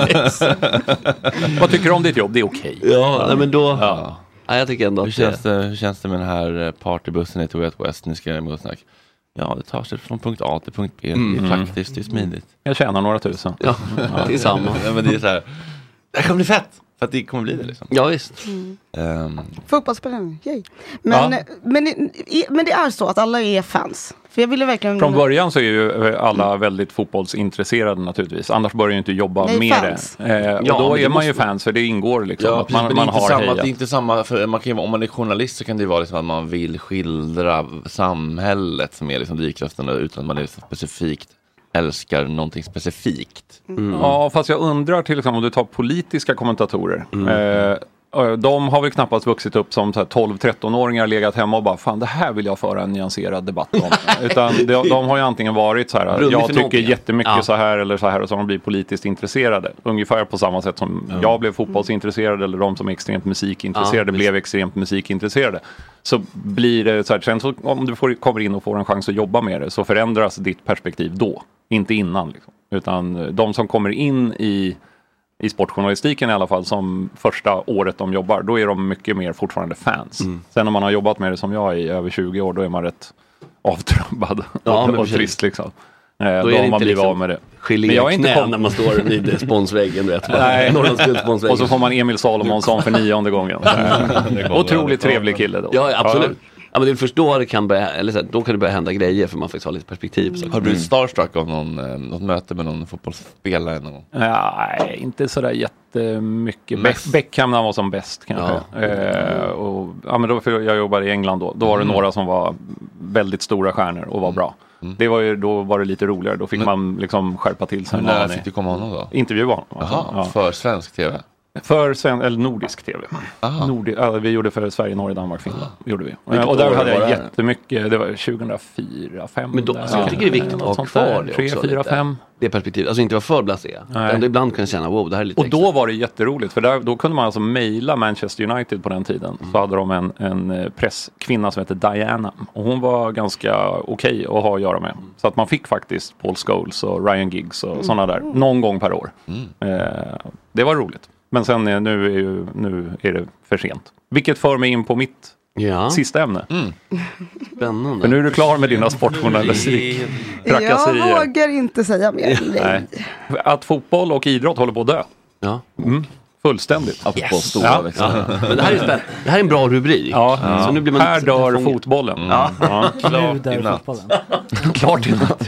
Vad tycker du om ditt jobb? Det är okej. Ja, nej, men då... Ja, jag tycker ändå att hur känns det med den här partybussen i Way Out West? Ni ska göra med snack. Ja, det tar sig från punkt A till punkt B. Det är praktiskt, det är smidigt. Jag tjänar några tusen. Ja, det är samma. Men det är så här, det kommer bli fett. För att det kommer bli det liksom. Ja, visst. Fotbollsspelare, yay. Men det är så att alla är fans. För jag ville verkligen... Från början så är ju alla väldigt fotbollsintresserade naturligtvis. Annars börjar ju inte jobba med fans. det. Och då är man ju fans, för det ingår liksom. Ja, att man men har det är inte samma, för man kan, om man är journalist så kan det ju vara liksom att man vill skildra samhället som är liksom drivkraften utan att man är specifikt älskar någonting specifikt. Ja, fast jag undrar till exempel om du tar politiska kommentatorer. De har väl knappast vuxit upp som 12-13-åringar legat hemma och bara, fan det här vill jag föra en nyanserad debatt om. Utan de har ju antingen varit så här, jag tycker jättemycket så här eller så här, och så har de blivit politiskt intresserade. Ungefär på samma sätt som jag blev fotbollsintresserad, eller de som är extremt musikintresserade blev extremt musikintresserade. Så blir det så här, sen så, om du kommer in och får en chans att jobba med det, så förändras ditt perspektiv då, inte innan liksom. Utan de som kommer in i sportjournalistiken i alla fall som första året de jobbar, då är de mycket mer fortfarande fans. Sen om man har jobbat med det som jag i över 20 år, då är man rätt avtrubbad och trist liksom. Då har man blivit av med det. Men jag är inte när man står vid sponsväggen, vet man. Och så får man Emil Salomonsson för 9:e gången. Otroligt trevlig kille då. Ja, absolut. Ja, men det är först då det kan börja, eller så här, då kan det börja hända grejer, för man faktiskt har lite perspektiv. Så. Har du blivit starstruck av något möte med någon fotbollsspelare någon gång? Nej, inte sådär jättemycket. Beckham var som bäst kanske. Men då, för jag jobbade i England då var det några som var väldigt stora stjärnor och var bra. Det var ju, då var det lite roligare. Då fick man liksom skärpa till sig. När fick du komma honom då? Intervjua honom. För svensk tv? Eller nordisk tv. Vi gjorde för Sverige, Norge, Danmark, Finland. Gjorde vi. Och där hade jag jättemycket. Det var 2004-2005. Men då, jag tycker det är viktigt att ha kvar det 3, 4, 5. Det perspektivet. Alltså inte vara för blasé. Ibland kan jag känna, wow, det här är lite och extra. Då var det jätteroligt. För då kunde man alltså mejla Manchester United på den tiden. Så hade de en presskvinna som heter Diana. Och hon var ganska okej att ha att göra med. Så att man fick faktiskt Paul Scholes och Ryan Giggs och sådana där. Någon gång per år. Det var roligt. Men sen nu är det för sent. Vilket för mig in på mitt sista ämne. Spännande. För nu är du klar med dina sportjournalistik. Jag vågar inte säga mer. Nej. Att fotboll och idrott håller på att dö. Ja. Fullständigt. Yes. Men det här är spännande. Det här är en bra rubrik. Så nu blir man här dör fotbollen. Klart i natt. Klart i natt,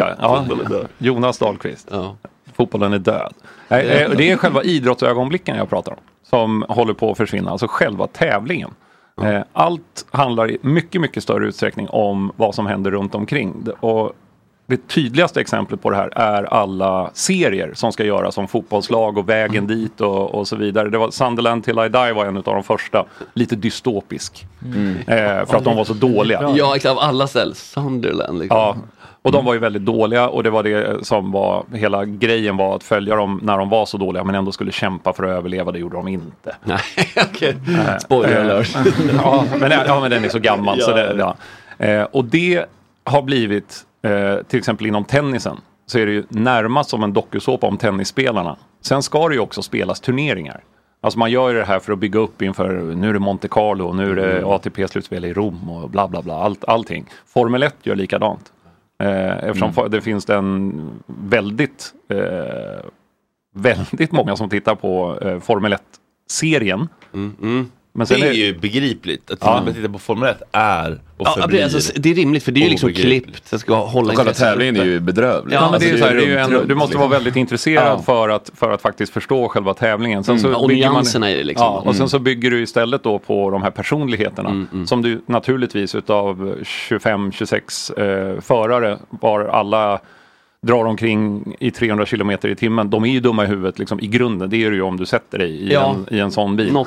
Jonas Dahlqvist. Fotbollen är död. Det är själva idrottsögonblicken jag pratar om. Som håller på att försvinna. Alltså själva tävlingen. Allt handlar i mycket, mycket större utsträckning om vad som händer runt omkring. Och det tydligaste exemplet på det här är alla serier som ska göras som fotbollslag och vägen dit och så vidare. Det var Sunderland Till I Die var en av de första, lite dystopisk. För att de var så dåliga. Ja, exakt, av alla ställen. Sunderland liksom. Ja. Och de var ju väldigt dåliga, och det var det som var hela grejen, var att följa dem när de var så dåliga men ändå skulle kämpa för att överleva. Det gjorde de inte. Nej, okej. Spoiler alert. men den är så gammal. Så det, och det har blivit, till exempel inom tennisen, så är det ju närmast som en dokusåpa om tennisspelarna. Sen ska det ju också spelas turneringar. Alltså man gör ju det här för att bygga upp inför, nu är det Monte Carlo, nu är det ATP-slutspel i Rom och bla bla bla, allting. Formel 1 gör likadant. Eftersom det finns en väldigt många som tittar på Formel 1-serien. Men det är ju begripligt att man tittar på Formel 1 är och förblir. Alltså, det är rimligt, för det är ju liksom klippt. Det ska hålla själva tävlingen är ju bedrövlig. Men det är så här, det är ju ändå, du måste vara väldigt intresserad för att faktiskt förstå själva tävlingen. Sen så och nyanserna är det liksom. Och sen så bygger du istället då på de här personligheterna. Som du naturligtvis utav 25-26 förare var alla drar omkring i 300 kilometer i timmen. De är ju dumma i huvudet liksom, i grunden. Det är ju om du sätter dig i en sån bil.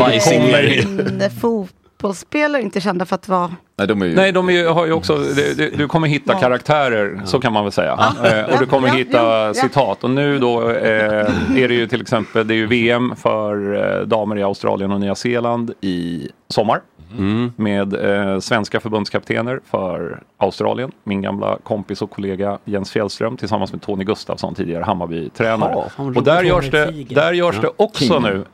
Fotbollsspelare inte kända för att vara... Nej, de har ju också... Du kommer hitta karaktärer, så kan man väl säga. Och du kommer hitta citat. Och nu då är det ju till exempel, det är ju VM för damer i Australien och Nya Zeeland i sommar. Med svenska förbundskaptener för Australien. Min gamla kompis och kollega Jens Fjällström tillsammans med Tony Gustafsson, tidigare Hammarby-tränare. Och där görs det också nu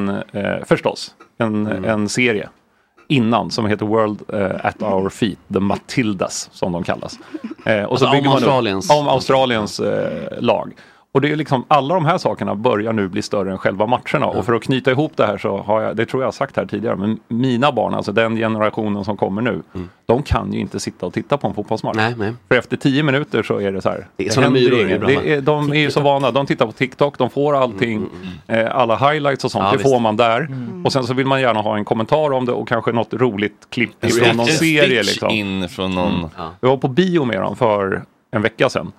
en serie innan som heter World at Our Feet, The Matildas som de kallas. Och så bygger man om Australiens lag. Och det är liksom, alla de här sakerna börjar nu bli större än själva matcherna. Och för att knyta ihop det här så har jag, det tror jag har sagt här tidigare, men mina barn, alltså den generationen som kommer nu, de kan ju inte sitta och titta på en fotbollsmatch. Nej. För efter 10 minuter så är det så här. Det är sådana myror. De är ju så vana, de tittar på TikTok, de får allting, alla highlights och sånt, det får man där. Och sen så vill man gärna ha en kommentar om det och kanske något roligt klipp från någon serie. Liksom. In från någon... Jag var på bio med dem för en vecka sedan.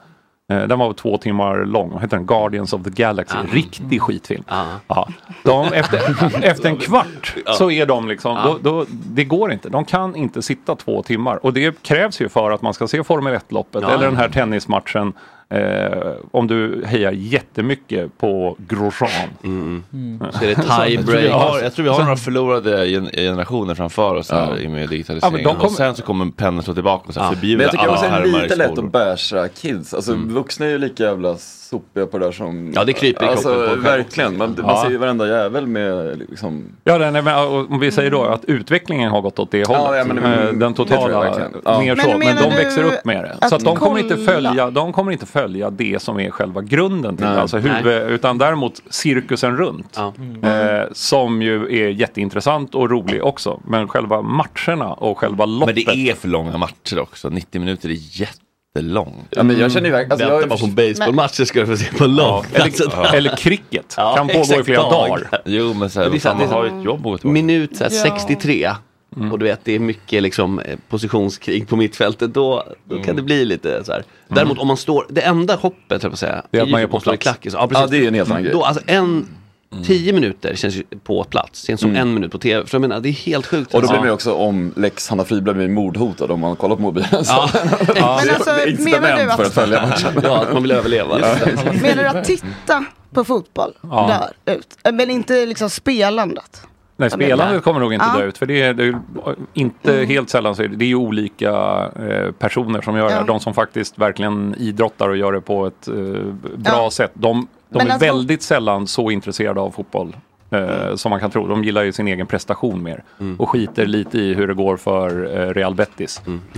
Den var 2 timmar lång. Vad heter den? Guardians of the Galaxy. Riktig skitfilm. Ja. Efter en kvart så är de liksom... det går inte. De kan inte sitta 2 timmar. Och det krävs ju för att man ska se Formel 1-loppet eller den här tennismatchen. Om du hejar jättemycket på Grosjean. Så är det tiebreak. Jag tror vi har några förlorade generationer framför oss här med digitaliseringen. Och sen så kommer pendeln slå tillbaka och så förbjuda alla. Men jag tycker också det är lite lätt att bärsa kids. Alltså vuxna är ju lika jävla sopiga på det där som... Ja, det kryper i kroppen på verkligen. Man ser ju varenda jävel med liksom... Ja, om vi säger då att utvecklingen har gått åt det hållet. Den totala mer så. Men de växer upp med det. Så att de kommer inte följa det som är själva grunden till alltså utan däremot cirkusen runt som ju är jätteintressant och rolig också, men själva matcherna och själva loppet. Men det är för långa matcher också, 90 minuter är jättelång. Ja, men jag känner ju verkligen vänta bara på en baseballmatcher ska du få se på lopp. Eller cricket kan pågå i flera dagar. Jo, men så här, man har ett jobb åt minut 63. Och du vet, det är mycket liksom positionskrig på mittfältet, då kan det bli lite så här. Däremot om man står, det enda hoppet, jag får säga, det är att man är på plats. Klackis. Ja, det är en helt annan grej. Då, alltså 10 minuter känns ju på plats, känns som 1 minut på tv. För jag menar, det är helt sjukt. Och då blir man ju också, om Lex Hanna Friberg blir mordhotad om man kollar på mobilen. Men alltså, menar du för att följa matchen. Ja, att man vill överleva. Menar du att titta på fotboll där ut? Men inte liksom spelandet? Nej, spelandet kommer nog inte dö ut. För det är inte helt sällan så är det är ju olika personer som gör det. De som faktiskt verkligen idrottar och gör det på ett bra sätt. De är väldigt sällan så intresserade av fotboll som man kan tro. De gillar ju sin egen prestation mer. Och skiter lite i hur det går för Real Betis.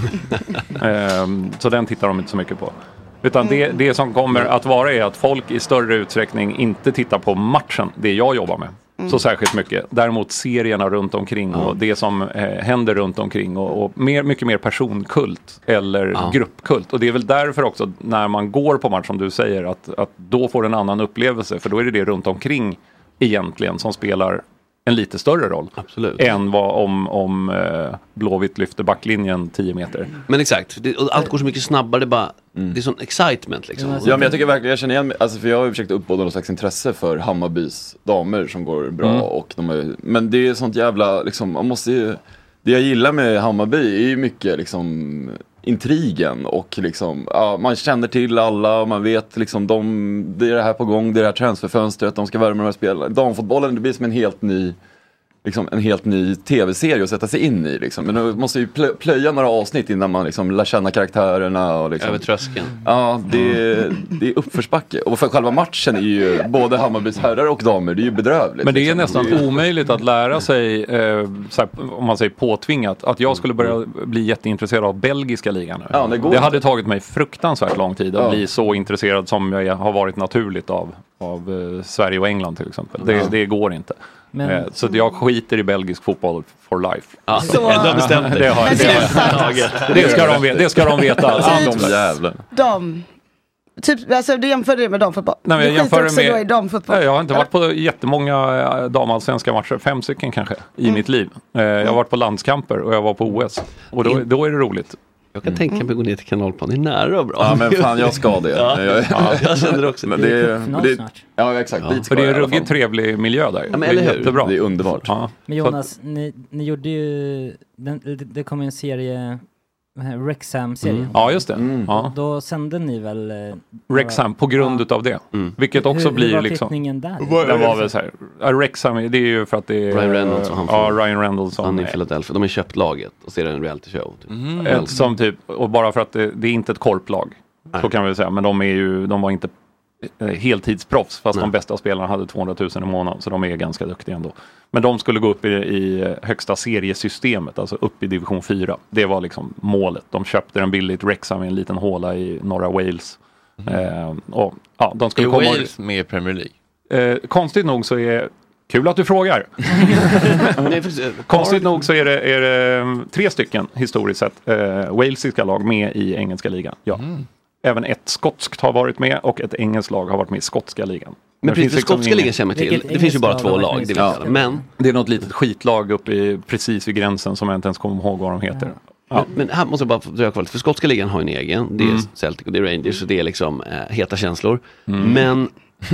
Så den tittar de inte så mycket på. Utan det som kommer att vara är att folk i större utsträckning inte tittar på matchen, det jag jobbar med. Så särskilt mycket. Däremot serierna runt omkring och det som händer runt omkring och mycket mer personkult eller gruppkult. Och det är väl därför också när man går på match som du säger att då får en annan upplevelse, för då är det runt omkring egentligen som spelar en lite större roll. Absolut. Än vad om Blåvitt lyfter backlinjen 10 meter. Men exakt, allt går så mycket snabbare, det är sån excitement liksom. Ja, men jag tycker verkligen, jag känner igen, alltså för jag har ju försökt uppbåda någon slags intresse för Hammarbys damer som går bra och men det är sånt jävla liksom, man måste ju, det jag gillar med Hammarby är ju mycket liksom intrigen och liksom, man känner till alla och man vet liksom det är det här på gång, det är det här transferfönstret, de ska värma de här spelarna. Damfotbollen, det blir som en helt ny tv-serie att sätta sig in i liksom. Men du måste ju plöja några avsnitt innan man liksom lär känna karaktärerna och liksom. Över tröskeln. Ja, det är uppförsbacke. Och för själva matchen är ju både Hammarbys herrar och damer, det är ju bedrövligt. Men det är nästan omöjligt att lära sig såhär, om man säger påtvingat, att jag skulle börja bli jätteintresserad av belgiska ligan nu. Ja, det hade tagit mig fruktansvärt lång tid att bli så intresserad som jag har varit naturligt av Sverige och England till exempel. Det går inte. Så jag skiter i belgisk fotboll for life. Det ska de veta. Typ, alltså du jämför det med damfotboll? Nej, jag jämför med damfotboll. Jag har inte varit på jättemånga damallsvenska matcher, 5 stycken kanske i mitt liv. Jag har varit på landskamper och jag var på OS. Och då är det roligt. Jag kan tänka mig att gå ner till Kanalplan, det är nära och bra. Ja, men fan, jag ska det. Jag känner det också. Men ja, exakt. För det är en ruggigt trevlig miljö där. Ja, men eller hur? Jättebra. Det är underbart. Ja. Men Jonas, ni gjorde ju, det kom en serie, Wrexham-serien. Ja, just det. Ja. Då sände ni väl Wrexham på grund utav det. Vilket också blir hur var liksom. Tittningen där? Den var väl så här. Wrexham, det är ju för att det är Ryan Reynolds och Ryan Reynolds han är i Philadelphia. De har köpt laget och ser en reality show. Typ. Som typ, och bara för att det är inte ett korplag. Så kan vi säga, men de var inte heltidsproffs, fast de bästa spelarna hade 200 000 i månaden, så de är ganska duktiga ändå. Men de skulle gå upp i högsta seriesystemet, alltså upp i division 4. Det var liksom målet. De köpte den billigt, Wrexham i en liten håla i norra Wales. Och ja, de skulle komma Wales med i Premier League. Konstigt nog så är kul att du frågar. Konstigt nog så är det 3 stycken historiskt sett walesiska lag med i engelska ligan. Ja. Även ett skotskt har varit med och ett engelskt lag har varit med i skotska ligan. Men precis, skotska ligan känner till. Det finns ju bara 2 lag. Det men det är något litet skitlag uppe precis vid gränsen som jag inte ens kommer ihåg vad de heter. Men här måste jag bara dra kvar lite, för skotska ligan har en egen, det är Celtic och det är Rangers, så det är liksom heta känslor. Men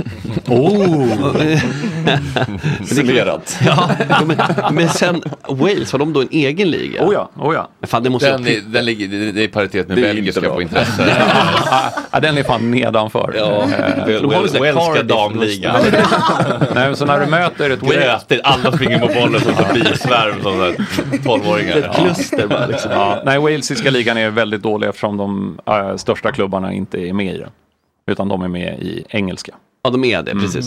Summerat. men sen Wales, har de då en egen liga? Oh ja. Fan, det ligger det är paritet med belgiska på intresse. Den är fan nedanför. Walska damliga. Nej, så när du möter ett Wales, alla springer på bollen som så bisvärm som 12-åringar. Ett kluster bara liksom. Nej, walesiska ligan är väldigt dålig eftersom de största klubbarna inte är med i den. Utan de är med i engelska. Ja, de är det, precis.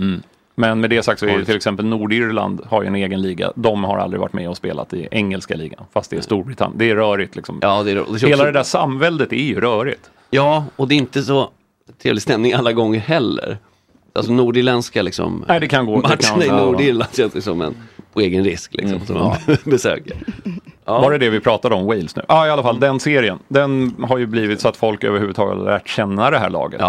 Men med det sagt så är det till exempel Nordirland har ju en egen liga. De har aldrig varit med och spelat i engelska ligan. Fast det är Storbritannien. Det är rörigt liksom. Ja, det är rörigt. Hela det där samväldet är ju rörigt. Ja, och det är inte så trevlig stämning alla gånger heller. Alltså nordirländska liksom. Nej, det kan gå. Matcherna i Nordirland känns det som en på egen risk liksom. Som man besöker. Var det vi pratade om, Wales nu? Ja, i alla fall den serien. Den har ju blivit så att folk överhuvudtaget har lärt känna det här laget.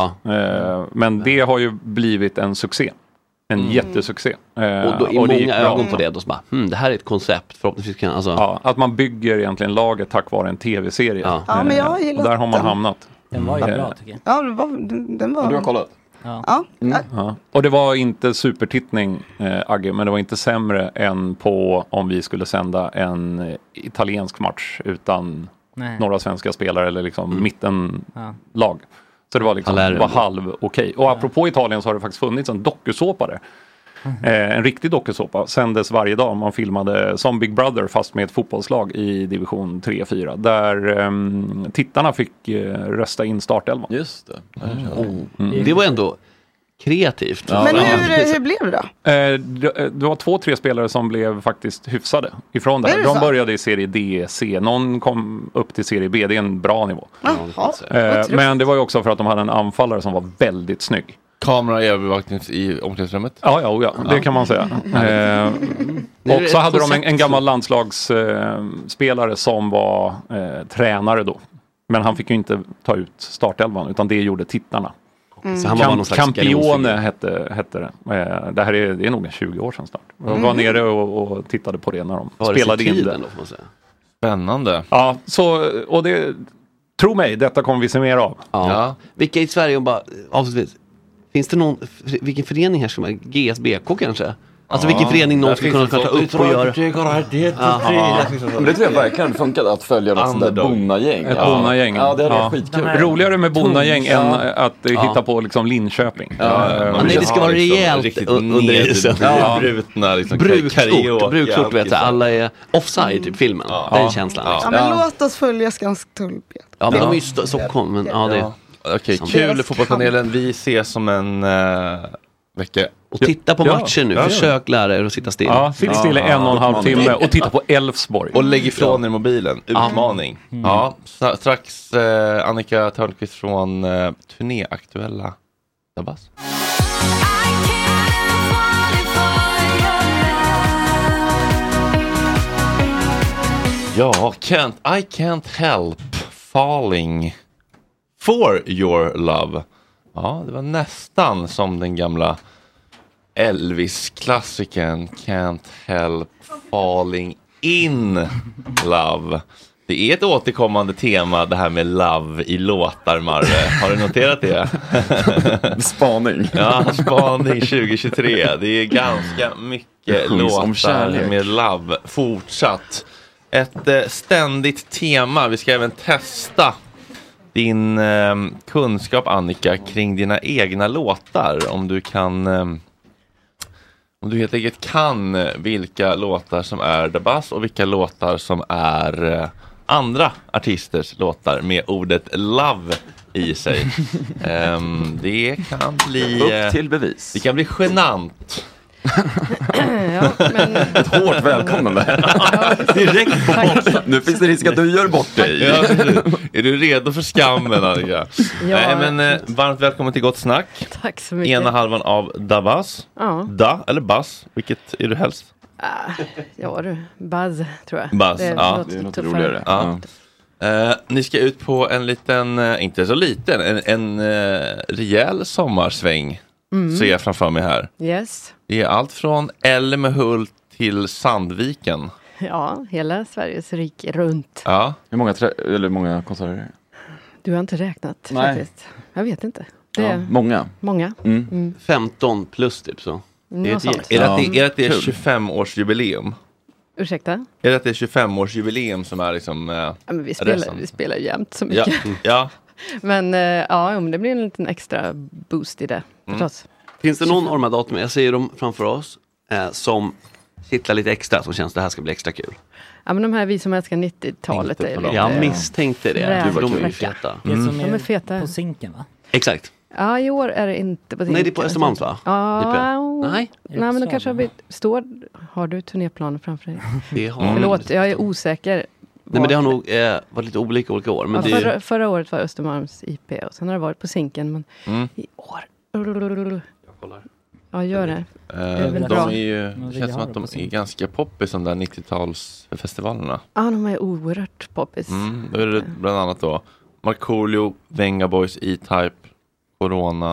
Men det har ju blivit en succé. En jättesuccé. Och då är många ögon på det. Då så bara, det här är ett koncept. Förhoppningsvis kan, alltså. Ja, att man bygger egentligen laget tack vare en tv-serie. Ja, men jag gillar där har man hamnat. Den var ju bra tycker jag. Ja, den var... Och du har kollat? Ja. Och det var inte supertittning, Agge, men det var inte sämre än på om vi skulle sända en italiensk match utan några svenska spelare eller liksom mittenlag. Så det var liksom halv okej. Och apropå Italien så har det faktiskt funnits en dokusåpa där. En riktig dokusåpa sändes varje dag. Man filmade som Big Brother fast med ett fotbollslag i division 3-4. Där tittarna fick rösta in startelvan. Just det. Det var ändå kreativt. Ja. Men hur blev det då? Det var 2-3 spelare som blev faktiskt hyfsade ifrån det här. De började i serie D, C. Någon kom upp till serie B. Det är en bra nivå. Men det var ju också för att de hade en anfallare som var väldigt snygg. Kamera övervakning i omklädningsrummet? Ja, det kan man säga. Och så hade de en gammal landslagsspelare som var tränare då. Men han fick ju inte ta ut startelvan utan det gjorde tittarna. Så han var någon slags Campione hette det. Det här är nog 20 år sedan snart. Jag var nere och tittade på det när de spelade in det. Då, får man säga. Spännande. Ja, och det, tro mig, detta kommer vi se mer av. Ja. Vilka i Sverige, bara avslutningsvis, finns det någon, vilken förening här som är GSBK kanske? Alltså vilken förening någon ska kunna ta upp och göra. Men det tror jag verkligen funkade att följa något sånt där bonnagäng. Ett bonnagäng. Ja, det är skitkul. Roligare med bonnagäng än att hitta på liksom Linköping. Det ska vara rejält under isen. Brutna liksom bruksort, vet jag. Alla är offside typ filmen. Den känslan. Ja, men låt oss följa Skanstull. Ja, men de är ju Stockholm. Men det. Okej, kul fotbollspanelen. Vi ses som en vecka. Och titta på matchen nu. Försök lära er att sitta still. Ja, sitt still i 1,5 timme och titta på Elfsborg. Och lägg ifrån er mobilen. Utmaning. Ja, strax Annika Törnqvist från turnéaktuella Dabas. Ja, I can't help falling for your love. Ja, det var nästan som den gamla Elvis-klassikern Can't help falling in love. Det är ett återkommande tema, det här med love i låtar, Marve. Har du noterat det? Spaning. Ja, spaning 2023. Det är ganska mycket låtar med love fortsatt. Ett ständigt tema. Vi ska även testa din kunskap, Annika, kring dina egna låtar. Om du helt enkelt kan vilka låtar som är Dabas och vilka låtar som är andra artisters låtar med ordet love i sig. Det kan bli upp till bevis. Det kan bli genant. Ett hårt välkomnande. Direkt på bort. Nu finns det risk att du gör bort dig. Är du redo för skammen, Annika? Nej, men varmt välkommen till Gott Snack. Tack så mycket. Ena halvan av Dabas. Da eller Bas? Vilket är du helst? Ja du, Buzz tror jag. Buzz, det är något roligare. Ni ska ut på en liten, inte så liten, en rejäl sommarsväng. Ser jag framför mig här. Yes. Det är allt från Älmhult till Sandviken. Ja, hela Sveriges rike runt. Ja. Hur många konserter är det? Du har inte räknat faktiskt. Jag vet inte. Det är många. 15 plus typ så. Är det att det är 25-årsjubileum? Ursäkta? Är det att det är 25-årsjubileum som är liksom... men vi spelar jämt så mycket. Ja. Men det blir en liten extra boost i det. Förstås. Finns det någon av de här datumen, jag ser dem framför oss, som kittlar lite extra, som känns det här ska bli extra kul? Ja, men de här vi som älskar 90-talet är lite... Jag misstänkte det. De är ju feta. Det som är feta. På Zinken, va? Exakt. Ja, i år är det inte på Zinken. Nej, det är på Östermalms, va? Nej, men då kanske har du turnéplaner framför dig? Det har Förlåt, jag är osäker. Nej, men det har nog varit lite olika år. Men förra året var Östermalms IP och sen har det varit på Zinken. Men i år... Jag kollar. Ja, gör det. Det känns som att de är ganska poppis, de där 90-talsfestivalerna. Ja, de är oerhört poppis. Då är det bland annat då Markoolio, Venga Boys, E-Type, Corona.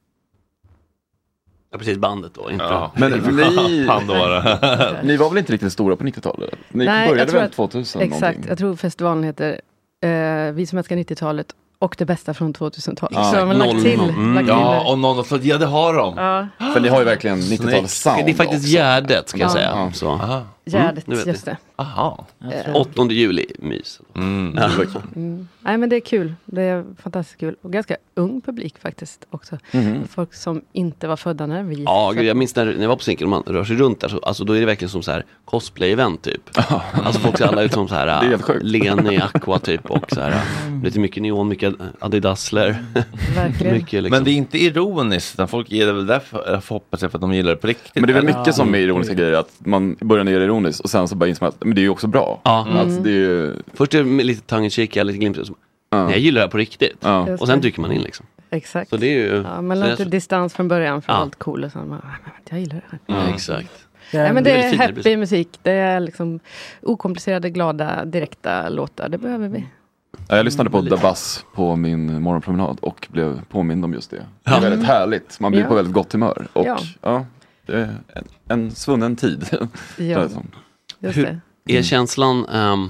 Ja, precis, bandet då. Inte. Ja. Men Pandora. Ni var väl inte riktigt stora på 90-talet? Ni började väl 2000 exakt, någonting? jag tror festivalen heter Vi som älskar 90-talet och det bästa från 2000-talet. Ja, så de har lagt till. Ja, och någon så det har de. Ja. För ni har ju verkligen 90-talets sound. Det är faktiskt Gärdet, ska jag säga. Så. Gärdet, just det. Aha. 8 juli, mys. Nej, men det är kul. Det är fantastiskt kul. Och ganska ung publik faktiskt också. Folk som inte var födda när vi... Ja, jag minns när jag var på Zinken och man rör sig runt där. Så, alltså, då är det verkligen som så här cosplay-event typ. Alltså folk ser alla ut som så här Lene i Aqua typ. Och så här lite mycket neon, mycket Adidasler. Verkligen. Mycket, liksom. Men det är inte ironiskt. Utan folk är det väl därför hoppas jag för att de gillar det på riktigt. Men det är väl mycket som är ironiska grejer. Att man börjar ner ironiskt och sen så bara inser man att men det är ju också bra. Alltså, det är ju... Först är det lite tongue-in-cheek, lite glimt. Nej, jag gillar det här på riktigt. Och sen trycker man in liksom. Exakt. Så det är ju... Ja, man lade lite distans från början för allt cool och så. Jag gillar det här. Exakt. Nej, men det är happy musik. Det är liksom okomplicerade, glada, direkta låtar. Det behöver vi. Ja, jag lyssnade på The Buzz på min morgonpromenad och blev påmind om just det. Det är väldigt härligt. Man blir på väldigt gott humör. Och det är en svunnen tid. Ja, just det. Är känslan...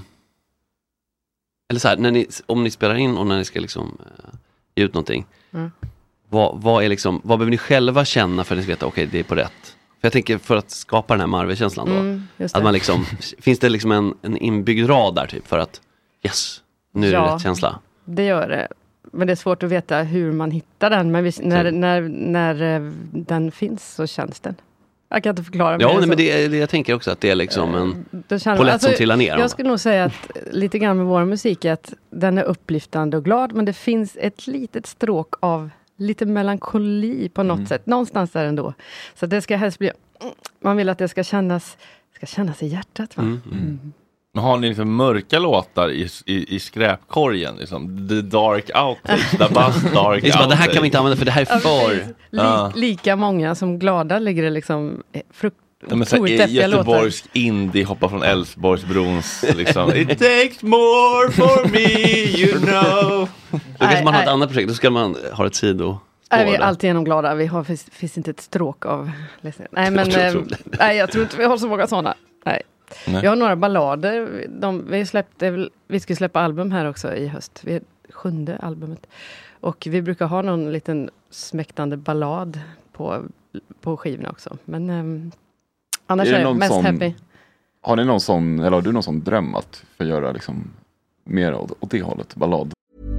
eller så här, om ni spelar in och när ni ska liksom ge ut någonting. Vad är liksom, vad behöver ni själva känna för att ni ska veta okej, det är på rätt? För jag tänker för att skapa den här Marvel-känslan då. Att man liksom, finns det liksom en inbyggd rad där typ för att yes, nu är det rätt känsla. Det gör det. Men det är svårt att veta hur man hittar den. Men när den finns så känns den. Jag kan inte förklara. Ja, men det jag tänker också att det är liksom en polett som trillar ner. Jag skulle nog säga att lite grann med vår musik är att den är upplyftande och glad. Men det finns ett litet stråk av lite melankoli på något sätt. Någonstans där ändå. Så det ska helst bli... Man vill att det ska kännas i hjärtat. Va? Men har ni liksom mörka låtar i skräpkorgen? Liksom? The Dark Outage, The Buzz Dark Outage. Det här kan vi inte använda för det här är för... Lika många som glada ligger det liksom Göteborgs indie hoppar från Älvsborgsbrons liksom. It takes more for me, you know. Då kanske man har ett annat projekt, då ska man ha ett sido. Vi är alltid genom glada. Finns inte ett stråk av ledsen. Nej, jag tror inte vi har så många sådana. Nej. Vi har några ballader. Vi ska släppa album här också i höst. Vi är 7:e albumet. Och vi brukar ha någon liten smäktande ballad på skivorna också. Men annars är det mest happy. Har ni någon sån, eller har du någon sån dröm att få göra liksom mer åt det hållet, ballad?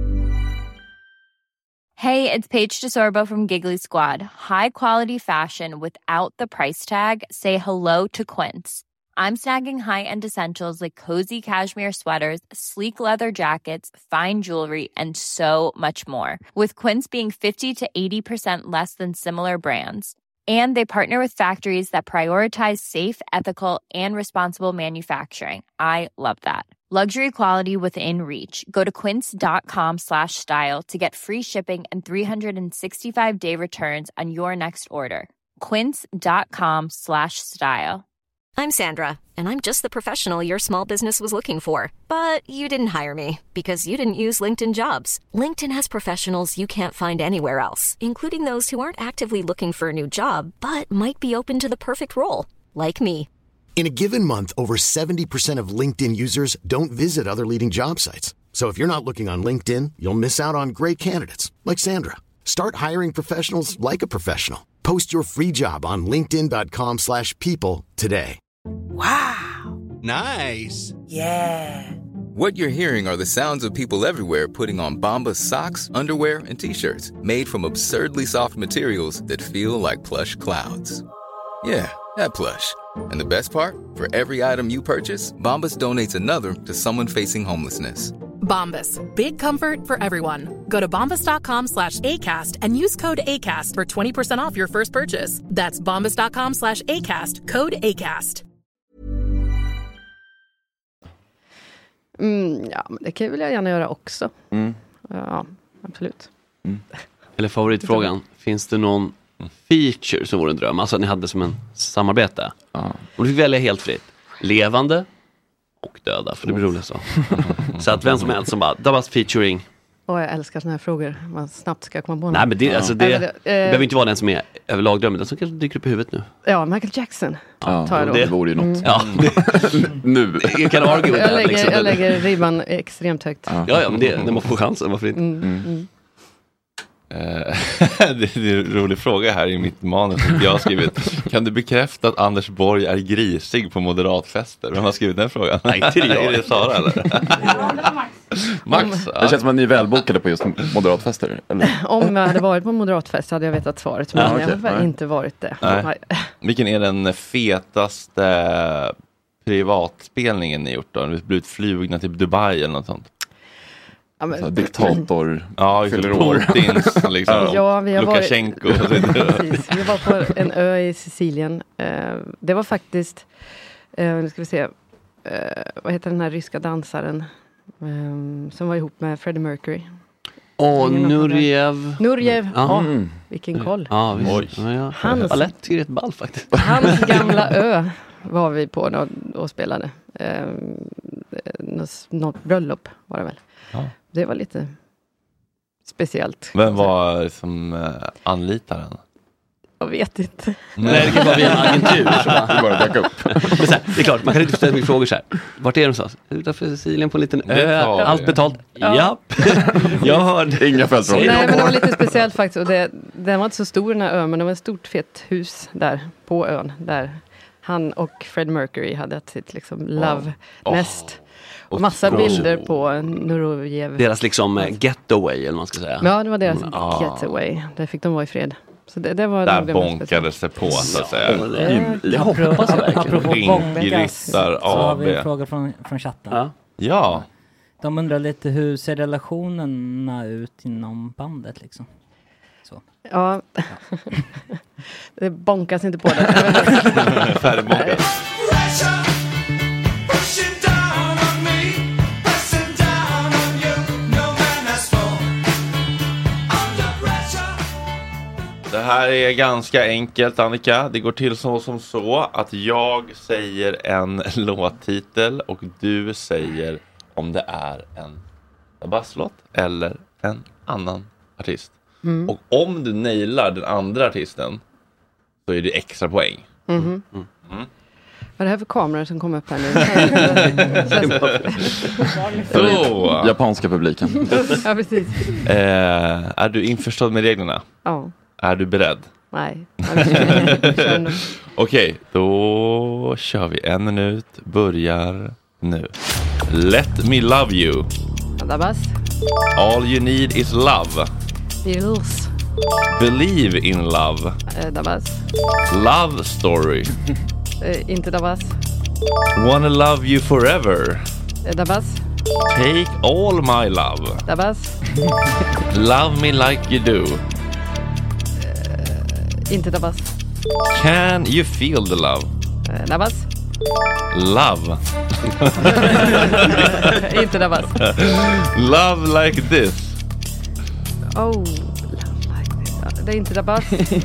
Hey, it's Paige DeSorbo from Giggly Squad. High quality fashion without the price tag. Say hello to Quince. I'm snagging high-end essentials like cozy cashmere sweaters, sleek leather jackets, fine jewelry, and so much more. With Quince being 50 to 80% less than similar brands. And they partner with factories that prioritize safe, ethical, and responsible manufacturing. I love that. Luxury quality within reach. Go to quince.com/style to get free shipping and 365-day returns on your next order. Quince.com/style. I'm Sandra, and I'm just the professional your small business was looking for. But you didn't hire me because you didn't use LinkedIn Jobs. LinkedIn has professionals you can't find anywhere else, including those who aren't actively looking for a new job, but might be open to the perfect role, like me. In a given month, over 70% of LinkedIn users don't visit other leading job sites. So if you're not looking on LinkedIn, you'll miss out on great candidates like Sandra. Start hiring professionals like a professional. Post your free job on linkedin.com/people today. Wow. Nice. Yeah. What you're hearing are the sounds of people everywhere putting on Bombas socks, underwear, and T-shirts made from absurdly soft materials that feel like plush clouds. Yeah, that plush. And the best part? For every item you purchase, Bombas donates another to someone facing homelessness. Bombas. Big comfort for everyone. Go to bombas.com/ACAST and use code ACAST for 20% off your first purchase. That's bombas.com/ACAST. Code ACAST. Ja, men det vill jag gärna göra också. Ja, absolut. Eller favoritfrågan. Finns det någon feature som vore en dröm? Alltså att ni hade som en samarbete. Och du fick välja helt fritt. Levande och döda. För det blir roligt så. Så att vem som helst som bara, Dabas featuring. Jag älskar såna här frågor. Man snabbt ska komma på. Nej, men det, alltså det behöver inte vara den som är överlag drömmen. Den som kanske dyker upp i huvudet nu. Ja, Michael Jackson. tar jag då. Det vore ju något. Ja. Nu. Jag kan argue med det. Liksom. Jag lägger ribban extremt högt. Ja, men det, när man får chansen, varför inte? Det är en rolig fråga här i mitt manus som jag har skrivit. Kan du bekräfta att Anders Borg är grisig på moderatfester? Vem har skrivit den frågan? Nej, inte jag. Är det Sara eller? Max. Det känns som att ni är välbokade på just moderatfester. Eller? Om jag hade varit på moderatfest hade jag vetat svaret. Men jag har inte varit det. Nej. Vilken är den fetaste privatspelningen ni gjort då? Ni har blivit flugna till Dubai eller något sånt. Ja, men, diktator fyller år. Putins, liksom. Ja, vi har Lukasjenko. Precis. Vi var på en ö i Sicilien. Det var faktiskt, nu ska vi se, vad heter den här ryska dansaren som var ihop med Freddie Mercury? Nurjev. Ja, vilken koll. Ja, hans balett är rätt ball faktiskt. Hans gamla ö var vi på och spelade. Något bröllop var det väl. Ja. Det var lite speciellt. Vem var som anlitaren? Jag vet inte. Nej, det kan vara via en agentur. Det bara dök upp. Men så här, det är klart, man kan inte ställa mycket frågor så här. Vart är de så? Utanför Sicilien på en liten ö. Allt betalt. Ja. Jag hörde. Inga följdfrågor. Nej, men det var lite speciellt faktiskt. Och den var inte så stor den här ön, men det var ett stort fett hus där på ön. Där han och Fred Mercury hade sitt liksom love nest. Och massa bilder på Nurjev. Deras liksom getaway, eller man ska säga. Ja, det var deras getaway. Där fick de vara i fred. Så det var där bonkades det på, så att säga. Jag hoppas verkligen. Apropå bonkas så har vi en fråga från chatten. Ja. De undrar lite hur ser relationerna ut inom bandet liksom? Så. Ja. Det bonkas inte på det. Färdigbonkas. Det här är ganska enkelt, Annika. Det går till som så att jag säger en låttitel och du säger om det är en Dabas-låt eller en annan artist. Och om du nailar den andra artisten så är det extra poäng. Vad är det här för kameror som kommer upp här nu? Japanska publiken. Ja, precis. Är du införstådd med reglerna? Ja. Är du beredd? Nej. Okej, då kör vi. 1 minut börjar nu. Let me love you. Dabas. All you need is love. Beatles. Believe in love. Dabas. Love story. Inte Dabas. Wanna love you forever. Dabas. Take all my love. Dabas. Love me like you do. Inte Dabas. Can you feel the love? Dabas. Love. Inte Dabas. Love like this. Oh, love like this. Det är inte Dabas.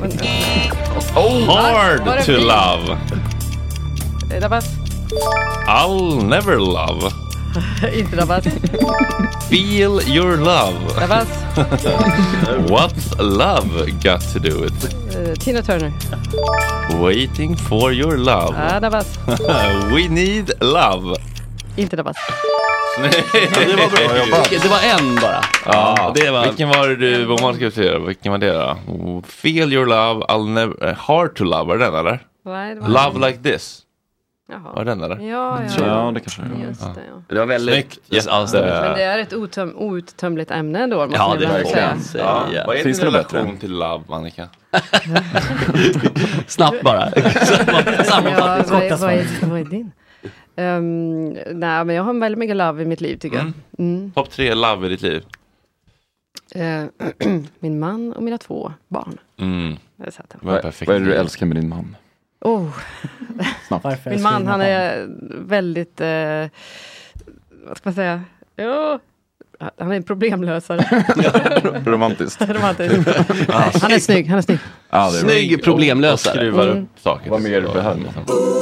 Hard to love. Dabas. I'll never love. Inte rabatt. Feel your love. Rabatt. What's love got to do with? Tina Turner. Waiting for your love. Ja, rabatt. We need love. Inte rabatt. Nej. Det var bra jobbat. Det var en bara. Ja, det var... Vilken var det du, vad man ska säga? Vilken var det då? Feel your love, I'll never... Hard to love, var det den eller? Nej, det var Love like this. Jaha. Var det den eller? Ja, det kanske är. Just det, ja. Det var väldigt... Men det är ett outtömligt ämne ändå. Måste ja, det får säga. Ja. Vad är din relation till love, Annika? Snabbt bara. Sammanfattning. Vad är din? Nej, men jag har väldigt mycket love i mitt liv tycker jag. Topp 3 love i ditt liv? Min man och mina 2 barn. Vad är det du älskar med din man? Min man, han är väldigt vad ska man säga? Han är en problemlösare. Romantiskt. Han är snygg. Ja, snygg problemlösare. Skruvar upp saker. Vad mer behöver man?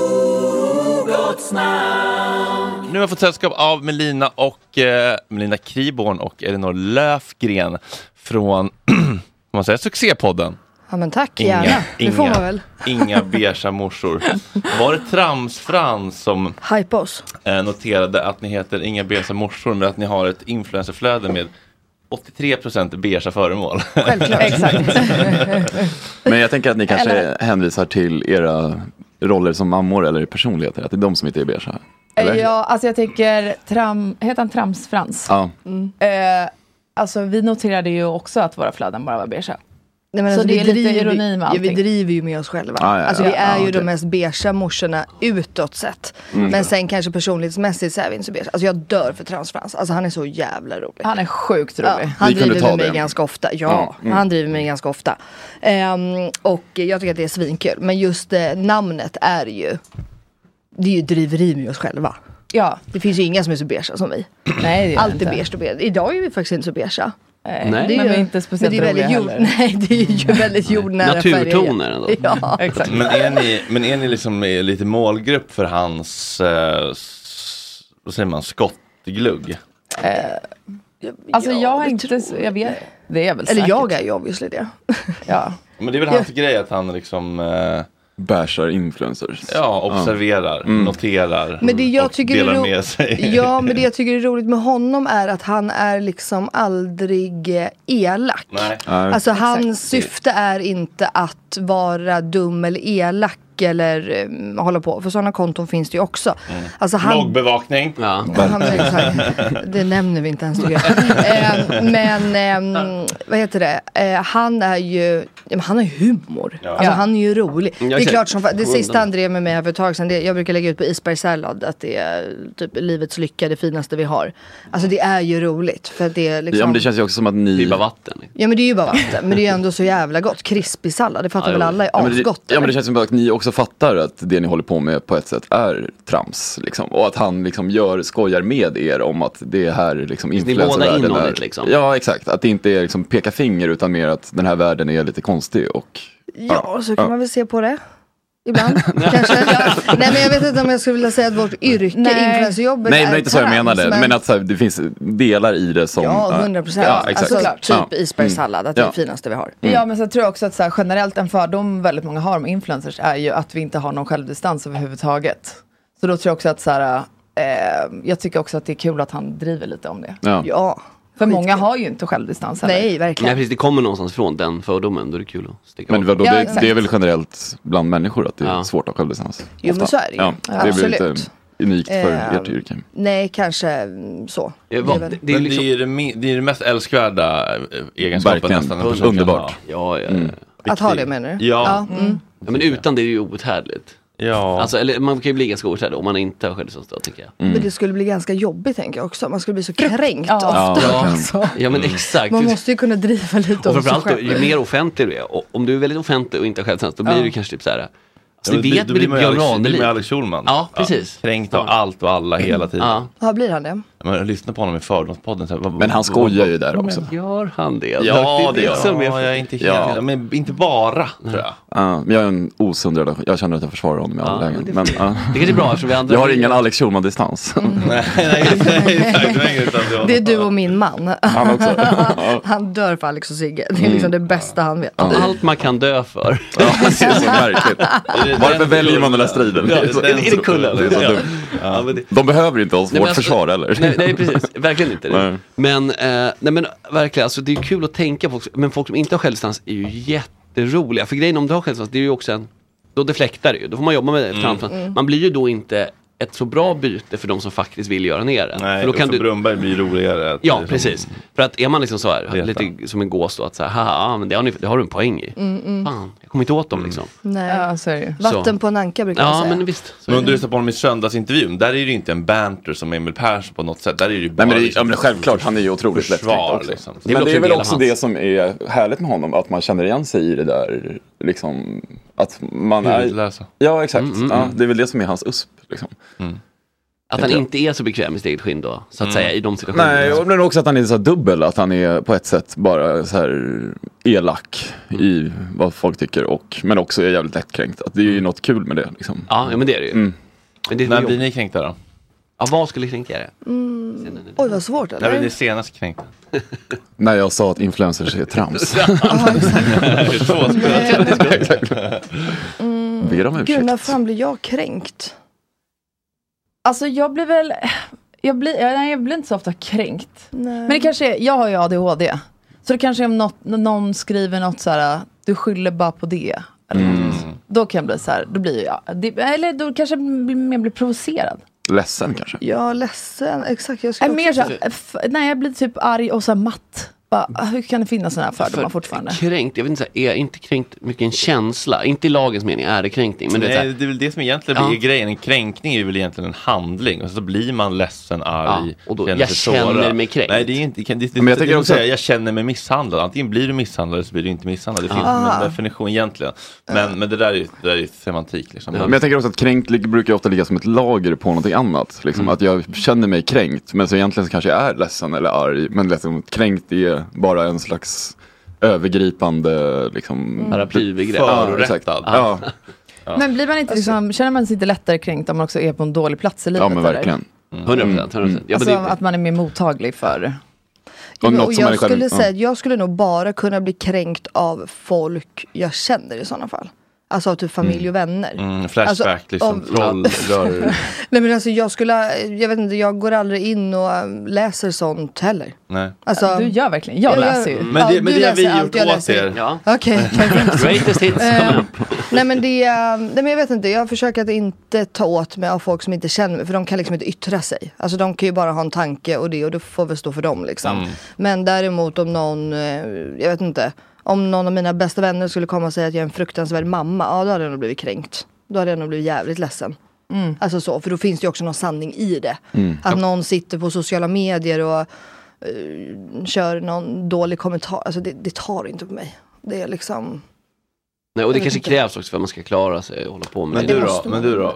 Nu har jag fått sällskap av Melina Kriborn och Elinor Löfgren från man säger, succépodden. Ja men tack, gärna. Det får man väl. Inga beiga morsor. Var det Tramsfrans som hype oss? Noterade att ni heter Inga beiga morsor, men att ni har ett influencerflöde med 83% beiga föremål. Självklart. Exakt. Men jag tänker att ni kanske hänvisar till era roller som mammor eller personligheter, att det är de som inte är beiga. Eller? Ja, alltså jag tänker heter han Tramsfrans? Ja. Alltså vi noterade ju också att våra flöden bara var beiga. Nej, men så alltså, det är lite ironi med allting. Vi driver ju med oss själva. Alltså vi är ju de mest beiga morsorna utåt sett. Men sen kanske personlighetsmässigt så är vi inte så beiga. Alltså jag dör för Tramsfrans. Alltså han är så jävla rolig. Han är sjukt rolig. Ja, han driver med mig ganska ofta. Han driver med mig ganska ofta. Och jag tycker att det är svinkul. Men just namnet är ju, det är ju driveri med oss själva. Ja. Det finns ju inga som är så beiga som vi. Nej, allt är beige och beige. Idag är vi faktiskt inte så beiga. Nej, det är ju inte speciellt roliga heller. Nej, det är ju väldigt jordnära naturtoner ändå. Ja, exakt. Men är ni liksom lite målgrupp för hans vad säger man, skottglugg? Alltså jag har inte, jag vet, det är väl säkert. Eller jag är ju obviously det. Ja. Men det är väl hans grej att han liksom bashar influencers. Ja, observerar, noterar. Men det jag tycker delar med sig. Ja, men det jag tycker är roligt med honom är att han är liksom aldrig elak. Nej. Alltså hans syfte är inte att vara dum eller elak eller hålla på. För sådana konton finns det ju också. Alltså Loggbevakning. Ja. Det nämner vi inte ens men vad heter det? Han är ju, han har humor. Ja. Alltså han är ju rolig. Det är klart som det sista han drev med mig här för ett tag sedan. Jag brukar lägga ut på isbergssallad att det är typ livets lycka, det finaste vi har. Alltså det är ju roligt. För det är liksom... Ja, men det känns ju också som att ni... Det är bara vatten. Ja, men det är ju bara vatten. Men det är ju ändå så jävla gott. Krispig sallad, det fattar väl alla är asgott. Ja, men det känns som att ni också fattar att det ni håller på med på ett sätt är trams. Liksom. Och att han liksom skojar med er om att det här liksom influencervärlden är. Liksom. Ja, exakt. Att det inte är liksom peka finger utan mer att den här världen är lite konstig. Och, ja, så kan man väl se på det. Ibland, kanske. Nej, men jag vet inte om jag skulle vilja säga att vårt yrke, influencerjobbet Nej, är men inte så jag menade. Men att så här, det finns delar i det som... Ja, 100%. Ja, exakt. Alltså, typ isbergssallad, att det är det finaste vi har. Ja, men så tror jag också att så här, generellt en fördom väldigt många har med influencers är ju att vi inte har någon självdistans överhuvudtaget. Så då tror jag också att så här, jag tycker också att det är kul att han driver lite om det. Ja. För många har ju inte självdistans heller. Nej, verkligen. Nej, precis, det kommer någonstans från den fördomen, då är det kul att sticka. Men vadå, det är väl generellt bland människor att det är svårt att ha självdistans. Jo, men så är det ju. Ja, det blir lite unikt för ert yrke. Nej, kanske så. Det är det mest älskvärda egenskapen nästan. Underbart. Ja. Att ha det, menar du? Ja. Ja, men utan det är ju outhärdligt. Ja. Alltså, eller man kan ju bli ganska outhärdlig om man inte har självdistans då, tycker jag. Men det skulle bli ganska jobbigt, tänker jag också. Man skulle bli så kränkt ofta. Ja, men exakt. Man måste ju kunna driva lite och om sig framförallt själv. Ju mer offentlig du är, och om du är väldigt offentlig och inte har självdistans, då blir det kanske typ så här. Så det vet vi Björn Ranelid. Det blir med Alex Schulman. Ja, precis. Kränkt av allt och alla hela tiden. Ja, blir han det? Man lyssnar på honom i Fördomspodden. Men han skojar ju där också. Gör han det? Ja, det är som jag är inte helt, men inte bara, tror jag. Men jag är en osund relation. Jag känner att jag försvarar honom i alla lägen. Men, det kanske är bra eftersom vi andra... Jag har ingen Alex Schulman-distans. Nej, det är du och min man. Han också. Han dör för Alex och Sigge. Det är liksom det bästa han vet. Allt man kan dö för. Ja, det är så märkligt. Varför väljer man den där striden? Är det kullen? Det är så dumt. De behöver inte oss vårt försvar eller? Nej, precis. Verkligen inte det. Men, men verkligen, alltså, det är kul att tänka på. Men folk som inte har självdistans är ju jätteroliga. För grejen om du har självdistans, det är ju också då deflektar det ju. Då får man jobba med det. Man blir ju då inte ett så bra byte för de som faktiskt vill göra ner det. Nej, för då kan för Brunberg blir roligare. Ja, precis. För att är man liksom så här, lite som en gås då, att så här, haha, men det har du en poäng i. Fan, jag kommer inte åt dem liksom. Nej, ja, så är det. Vatten på en anka brukar jag säga. Ja, men visst. Men om du lyssnar på honom i söndagsintervjun, där är det ju inte en banter som Emil Persson på något sätt. Där är det ju bara... Nej, men ja, men självklart, han är ju otroligt lättkränkt liksom. Men det är väl också det som är härligt med honom, att man känner igen sig i det där, liksom, att man är... Ja, exakt. Ja, det är väl det som är hans USP, liksom. Att han inte är så bekväm i sitt eget skinn då, så att säga, i de situationerna. Nej, men också att han är så dubbel, att han är på ett sätt bara så här elak i vad folk tycker, men också är jävligt lättkränkt. Att det är ju något kul med det, liksom. Ja, men det är det ju. Men det är när blir ni kränkta då? Ja, vad skulle kränka det? Oj, vad svårt, eller? När blir ni senast kränkta? När jag sa att influencers är trams. Gud, när fan blir jag kränkt? Alltså jag blir inte så ofta kränkt. Nej. Men det kanske är, jag har ju ADHD. Så det kanske är om någon skriver något så här, du skyller bara på det. Eller då kan jag bli så här, då blir jag, eller då kanske jag blir provocerad. Ledsen kanske? Ja, ledsen, exakt. Jag jag blir typ arg och så här matt. Hur kan det finnas sådana här fördomar fortfarande? Kränkt, jag vet inte, är inte kränkt mycket en känsla? Inte i lagens mening är det kränkning. Men nej, det är väl det som egentligen blir grejen. En kränkning är väl egentligen en handling. Och så blir man ledsen, arg, och då, jag känner mig kränkt. Nej, det är inte, men jag tänker också säga, jag känner mig misshandlad. Antingen blir du misshandlad eller så blir du inte misshandlad. Det finns en definition egentligen. Men det där är ju semantik liksom. Men jag tänker också att kränkt brukar ofta ligga som ett lager på någonting annat. Liksom, att jag känner mig kränkt, men så egentligen så kanske jag är ledsen eller arg. Men liksom, kränkt är bara en slags övergripande liksom, paraplybegrepp. Förorättad. Ja. Men blir man inte liksom, känner man sig inte lättare kränkt om man också är på en dålig plats i livet? Ja, men verkligen. 100%. Alltså att man är mer mottaglig för... Och jag skulle säga att jag skulle nog bara kunna bli kränkt av folk jag känner i sådana fall. Alltså av typ familj och vänner. Flashback, alltså, liksom trollrör. Nej, men alltså jag vet inte, jag går aldrig in och läser sånt heller. Nej. Alltså, du gör verkligen, jag läser ju. Men det har vi gjort åt er. Ja. Okej. Greatest hits. Nej, men men jag vet inte, jag försöker att inte ta åt mig av folk som inte känner mig, för de kan liksom inte yttra sig. Alltså de kan ju bara ha en tanke och det får väl stå för dem liksom. Men däremot om någon, jag vet inte, om någon av mina bästa vänner skulle komma och säga att jag är en fruktansvärd mamma, ja, då hade jag nog blivit kränkt. Då hade jag nog blivit jävligt ledsen. Alltså så, för då finns det ju också någon sanning i det. Att någon sitter på sociala medier och kör någon dålig kommentar. Alltså det tar inte på mig. Det är liksom... Nej, och det kanske krävs också för att man ska klara sig och hålla på med det. Men du då?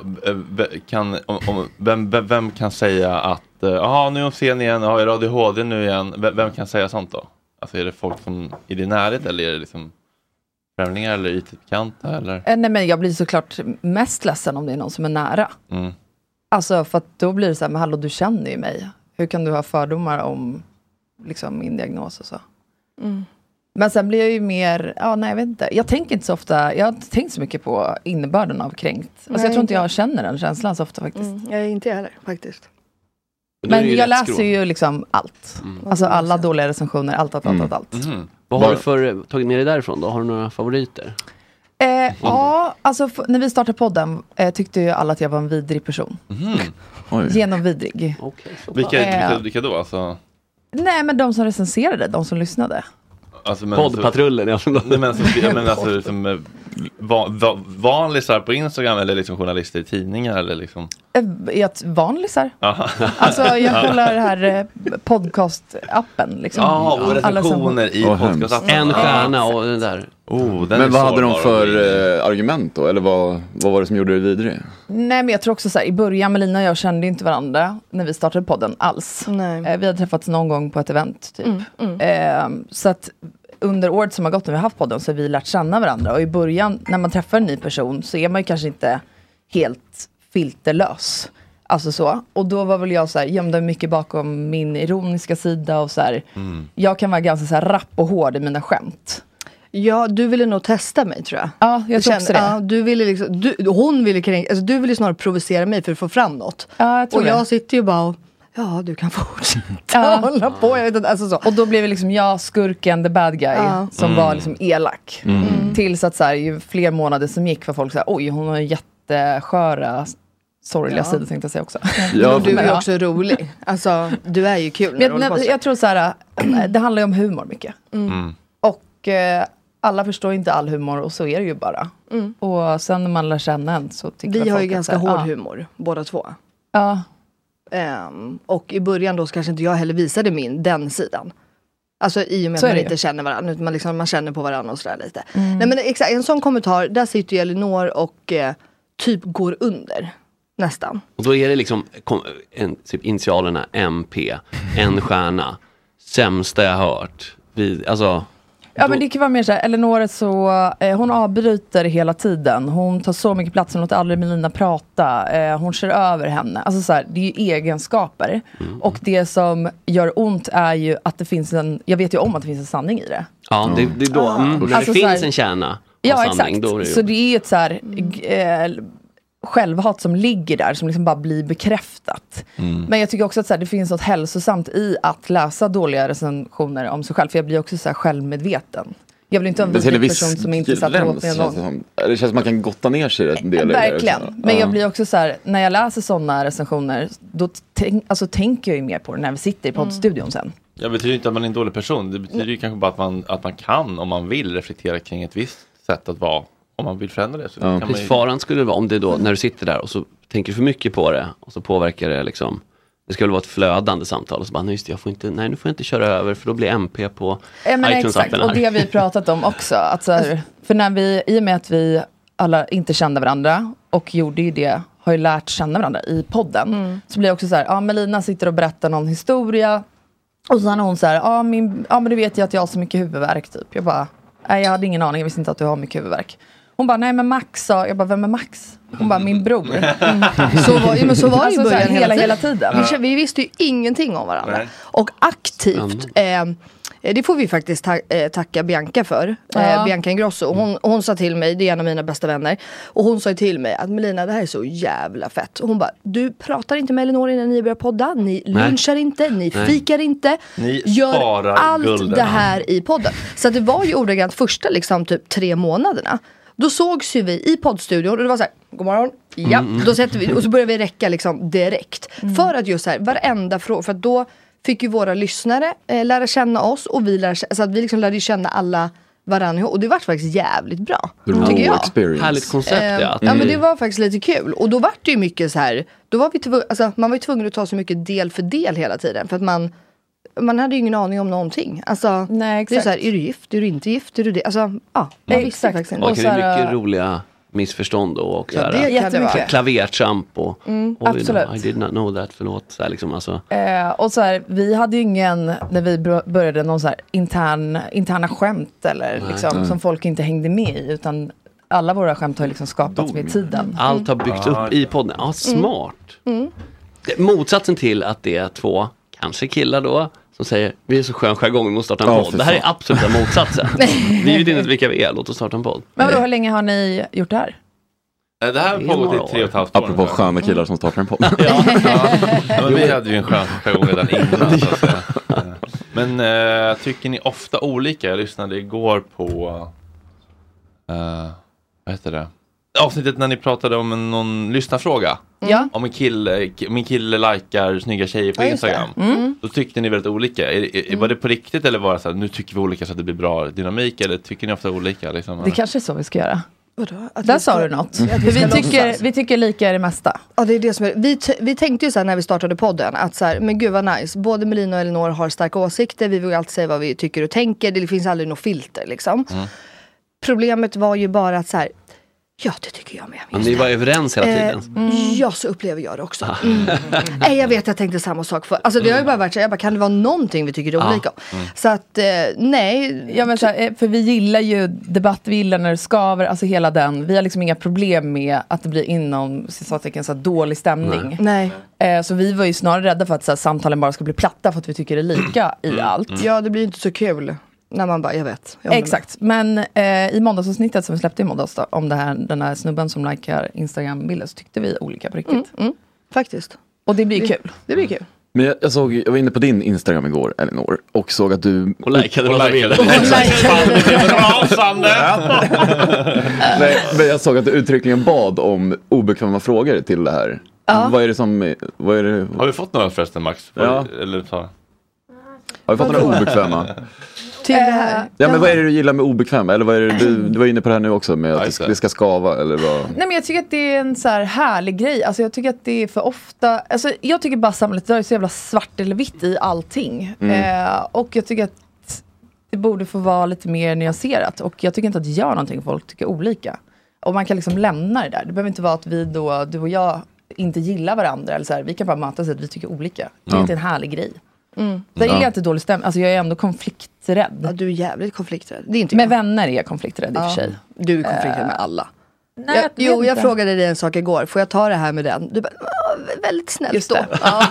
Vem kan säga att nu är sen igen, har jag ADHD nu igen? Vem kan säga sånt då? Alltså är det folk som i din närhet eller är det liksom främlingar eller ytbekanta eller? Nej, men jag blir såklart mest ledsen om det är någon som är nära. Alltså för att då blir det så här, men hallå, du känner ju mig. Hur kan du ha fördomar om liksom min diagnos och så? Men sen blir jag ju mer, jag vet inte. Jag tänker inte så ofta, jag har inte tänkt så mycket på innebörden av kränkt. Alltså jag tror inte jag känner den känslan så ofta faktiskt. Jag är inte heller faktiskt. Men jag läser ju liksom allt. Alltså alla dåliga recensioner, allt. Vad har du tagit med dig därifrån då? Har du några favoriter? Ja, alltså när vi startade podden tyckte ju alla att jag var en vidrig person. Genomvidrig. Okay, vilka då? Alltså... Nej, men de som recenserade, de som lyssnade. Alltså, Poddpatrullen. Liksom, vanlisar på Instagram eller liksom journalister i tidningar eller liksom? Vanlisar. Alltså jag kollar det här podcast-appen liksom. Och recensioner i podcast-appen. En stjärna och den där. Men vad hade de för argument då? Eller vad var det som gjorde det vidare? Nej, men jag tror också så här, i början Melina och jag kände inte varandra när vi startade podden alls. Vi hade träffats någon gång på ett event typ. Så att under året som har gått när vi har haft podden så har vi lärt känna varandra. Och i början när man träffar en ny person så är man ju kanske inte helt filterlös. Alltså så. Och då var väl jag så här, gömde mycket bakom min ironiska sida och så här. Jag kan vara ganska så här rapp och hård i mina skämt. Ja, du ville nog testa mig tror jag. Ja, jag tror också det. Ja, du ville liksom, hon ville kränka, alltså du ville snarare provocera mig för att få fram något. Ja, jag tror och jag sitter ju bara och, ja, du kan fortsätta hålla på. Jag vet inte, alltså så. Och då blev det liksom jag, skurken, the bad guy, som var liksom elak. Tills att så här, ju fler månader som gick var folk så här, oj, hon har jättesköra sorgliga sidor tänkte jag säga också. Ja, du är ju också rolig. Alltså, du är ju kul. Men jag tror så här, det handlar ju om humor mycket. Och alla förstår inte all humor och så är det ju bara. Och sen när man lär känna en så tycker vi har ju ganska hård humor, båda två. Ja. Och i början då kanske inte jag heller visade den sidan. Alltså i och med att man inte känner varandra. Man känner på varandra och sådär lite. Nej men exakt, en sån kommentar, där sitter ju Elinor och typ går under. Nästan. Och då är det liksom typ initialerna MP, en stjärna, sämsta jag hört. Ja, men det kan vara mer så här, Elinor så hon avbryter hela tiden. Hon tar så mycket plats, hon låter aldrig Melina prata. Hon kör över henne. Alltså så här, det är ju egenskaper. Och det som gör ont är ju att det finns jag vet ju om att det finns en sanning i det. Ja, det är då. När alltså, det finns en kärna. Ja, sanning, exakt. då är det så det är ju ett så här självhat som ligger där, som liksom bara blir bekräftat. Men jag tycker också att så här, det finns något hälsosamt i att läsa dåliga recensioner om sig själv, för jag blir också så här självmedveten. Jag vill inte ha en person som inte satt åt mig någon gång. Det känns som man kan gotta ner sig en del. Verkligen. Men jag blir också så här, när jag läser sådana recensioner, då tänker jag ju mer på det när vi sitter i poddstudion sen. Det betyder inte att man är en dålig person. Det betyder ju kanske bara att man kan, om man vill, reflektera kring ett visst sätt att vara. Om man vill förändra det. Så kan man ju... Faran skulle vara om det då, när du sitter där och så tänker du för mycket på det och så påverkar det liksom. Det ska väl vara ett flödande samtal och så bara, nu får jag inte köra över för då blir MP på iTunes-appen. Och det har vi pratat om också. Att så här, för i och med att vi alla inte kände varandra och gjorde ju det, har ju lärt känna varandra i podden. Så blir det också så här, Melina sitter och berättar någon historia och så har hon så här, men du vet ju att jag har så mycket huvudvärk typ. Jag bara, nej, jag hade ingen aning, jag visste inte att du har mycket huvudvärk. Hon bara, nej men Max sa, jag bara, vem är Max? Hon bara, min bror. Så var det i början hela tiden. Vi visste ju ingenting om varandra. Nej. Och aktivt, det får vi faktiskt tacka Bianca för. Bianca Ingrosso. Hon sa till mig, det är en av mina bästa vänner. Och hon sa till mig att Melina, det här är så jävla fett. Hon bara, du pratar inte med Elinor innan ni börjar podda. Ni lunchar inte, ni fikar inte. Ni gör allt det här i podden. Så det var ju ordagrant första liksom typ 3 månaderna. Då sågs ju vi i poddstudion och det var så här, god morgon, ja, då sätter vi, och så började vi räcka liksom direkt. För att just så här, varenda fråga, för att då fick ju våra lyssnare lära känna oss och vi så att vi liksom lärde känna alla varandra, och det var faktiskt jävligt bra, tycker jag. Härligt koncept, ja. Ja, men det var faktiskt lite kul, och då var det ju mycket så här, då var vi man var ju tvungen att ta så mycket del för del hela tiden, för att man hade ju ingen aning om någonting. Alltså, nej, exakt. Det är så här, är du gift? Är du inte gift? Är du det? Alltså, man visste faktiskt inte. Och det är mycket roliga missförstånd och ja, det jättemycket. Klavertramp och absolut. I did not know that, förlåt. Så här, liksom, alltså. Och så här, vi hade ju ingen, när vi började, någon så här interna skämt eller liksom, som folk inte hängde med i, utan alla våra skämt har liksom skapats med tiden. Allt har byggts upp i podden. Ja, smart. Motsatsen till att det är 2 kanske killar då som säger, vi är så skön jargong, vi måste starta en podd. Det här är absoluta motsatsen. Vi vet inte vilka vi är, låt oss starta en podd. Men hur länge har ni gjort det här? Det här har pågått i 3,5 år. Apropå sköna killar som startar en podd. Ja, men vi hade ju en skön jargong redan innan. Så att säga. Men tycker ni ofta olika? Jag lyssnade igår på vad heter det? Avsnittet när ni pratade om någon lyssnarfråga. Ja. Om min kille likar snygga tjejer på Instagram. Då tyckte ni väldigt olika. Var det på riktigt, eller var det så här, nu tycker vi olika så att det blir bra dynamik, eller tycker ni ofta olika? Liksom? Det kanske är så vi ska göra. Att där sa du något. Vi tycker lika i det mesta. Ja, det är det som är. Vi tänkte ju så här när vi startade podden att så här, men gud vad nice. Både Melina och Elinor har starka åsikter. Vi vill alltid säga vad vi tycker och tänker. Det finns aldrig något filter liksom. Problemet var ju bara att så här, ja, det tycker jag med. Men ni var överens hela tiden. Ja, så upplever jag det också. Nej, jag vet, jag tänkte samma sak för. Alltså det har ju bara varit så, jag bara, kan det vara någonting vi tycker är olika om? Så att, nej. Ja, men så här, för vi gillar ju debatt, vi gillar när det skaver, alltså hela den. Vi har liksom inga problem med att det blir inom citattecken så dålig stämning. Nej. Så vi var ju snarare rädda för att så här, samtalen bara ska bli platta för att vi tycker det är lika i allt. Ja, det blir inte så kul. När man bara, jag vet. Exakt, men i måndagsavsnittet som vi släppte i måndags då, om den här snubben som likar Instagram-bilder, så tyckte vi olika på riktigt. Faktiskt. Och det blir kul. Det blir kul. Men jag var inne på din Instagram igår, Elinor, och såg att du... Och likade några bilder. Nej, men jag såg att du uttryckligen bad om obekväma frågor till det här. Vad är det som... Har vi fått några förresten, Max? Ja. Eller ta... Har vi fått några obekväma? Till det här. Ja, men vad är det du gillar med obekväm? Eller vad är det du var inne på det här nu också med att det ska skava eller vad? Nej, men jag tycker att det är en så här härlig grej. Alltså jag tycker att det är för ofta, alltså jag tycker bara samhället är så jävla svart eller vitt i allting. Och jag tycker att det borde få vara lite mer nyanserat. Och jag tycker inte att det gör någonting, folk tycker olika. Och man kan liksom lämna det där. Det behöver inte vara att vi då, du och jag inte gillar varandra eller så här, vi kan bara mötas att vi tycker olika. Det är inte en härlig grej. Det gillar jag inte dålig stämning. Alltså jag är ändå konflikträdd. Ja, du är jävligt konflikträdd. Det är inte med vänner är jag konflikträdd i och för sig. Du är konflikträdd med alla. Nej, jag frågade dig en sak igår. Får jag ta det här med den? Du bara, väldigt snällt. Just det.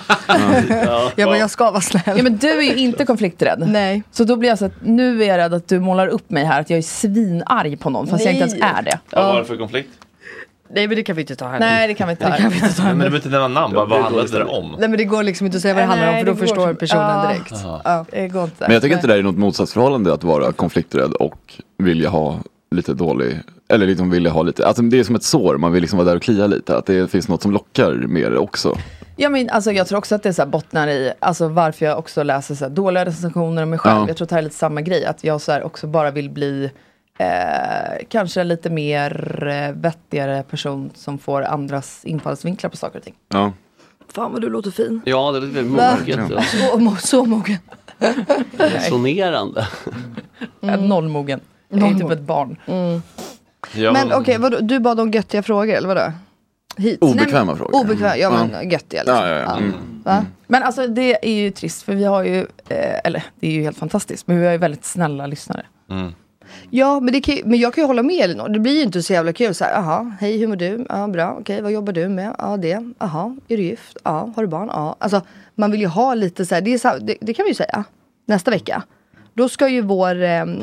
Jag ska vara snäll. Ja, men du är ju inte konflikträdd. Nej. Så då blir jag så att nu är jag rädd att du målar upp mig här att jag är svinarg på någon fast jag inte ens är det. Vad var det för konflikt? Nej, men det kan vi inte ta här. Nej, det kan vi inte ta här. Men du behöver inte nämna namn, vad handlade det om? Nej, men det går liksom inte att säga vad det handlar om, för då förstår personen direkt. Det går inte. Men jag tycker inte det är något motsatsförhållande att vara konflikträdd och vilja ha lite dålig, eller liksom vilja ha lite, alltså det är som ett sår, man vill liksom vara där och klia lite, att det finns något som lockar med det också. Ja, men alltså jag tror också att det är så här bottnar i, alltså varför jag också läser så här dåliga recensioner om mig själv. Jag tror att det här är lite samma grej, att jag så här också bara vill bli kanske lite mer vettigare person som får andras infallsvinklar på saker och ting. Ja. Fan vad du låter fin. Ja, det är moget. Så mogen. Resonerande. Nollmogen. Jag är typ ett barn. Ja. Men okej, du bad om göttiga frågor, eller vadå? Hit. Obekväma frågor. Obekväma, ja men göttiga liksom. Men alltså det är ju trist, för vi har ju, eller det är ju helt fantastiskt, men vi har ju väldigt snälla lyssnare. Ja, men jag kan ju hålla med Elinor. Det blir ju inte så jävla kul så här, aha, hej, hur mår du? Ja, bra, okej, vad jobbar du med? Ja, det. Aha, är du gift? Ja, har du barn? Ja. Alltså, man vill ju ha lite så här, det kan vi ju säga. Nästa vecka, då ska ju vår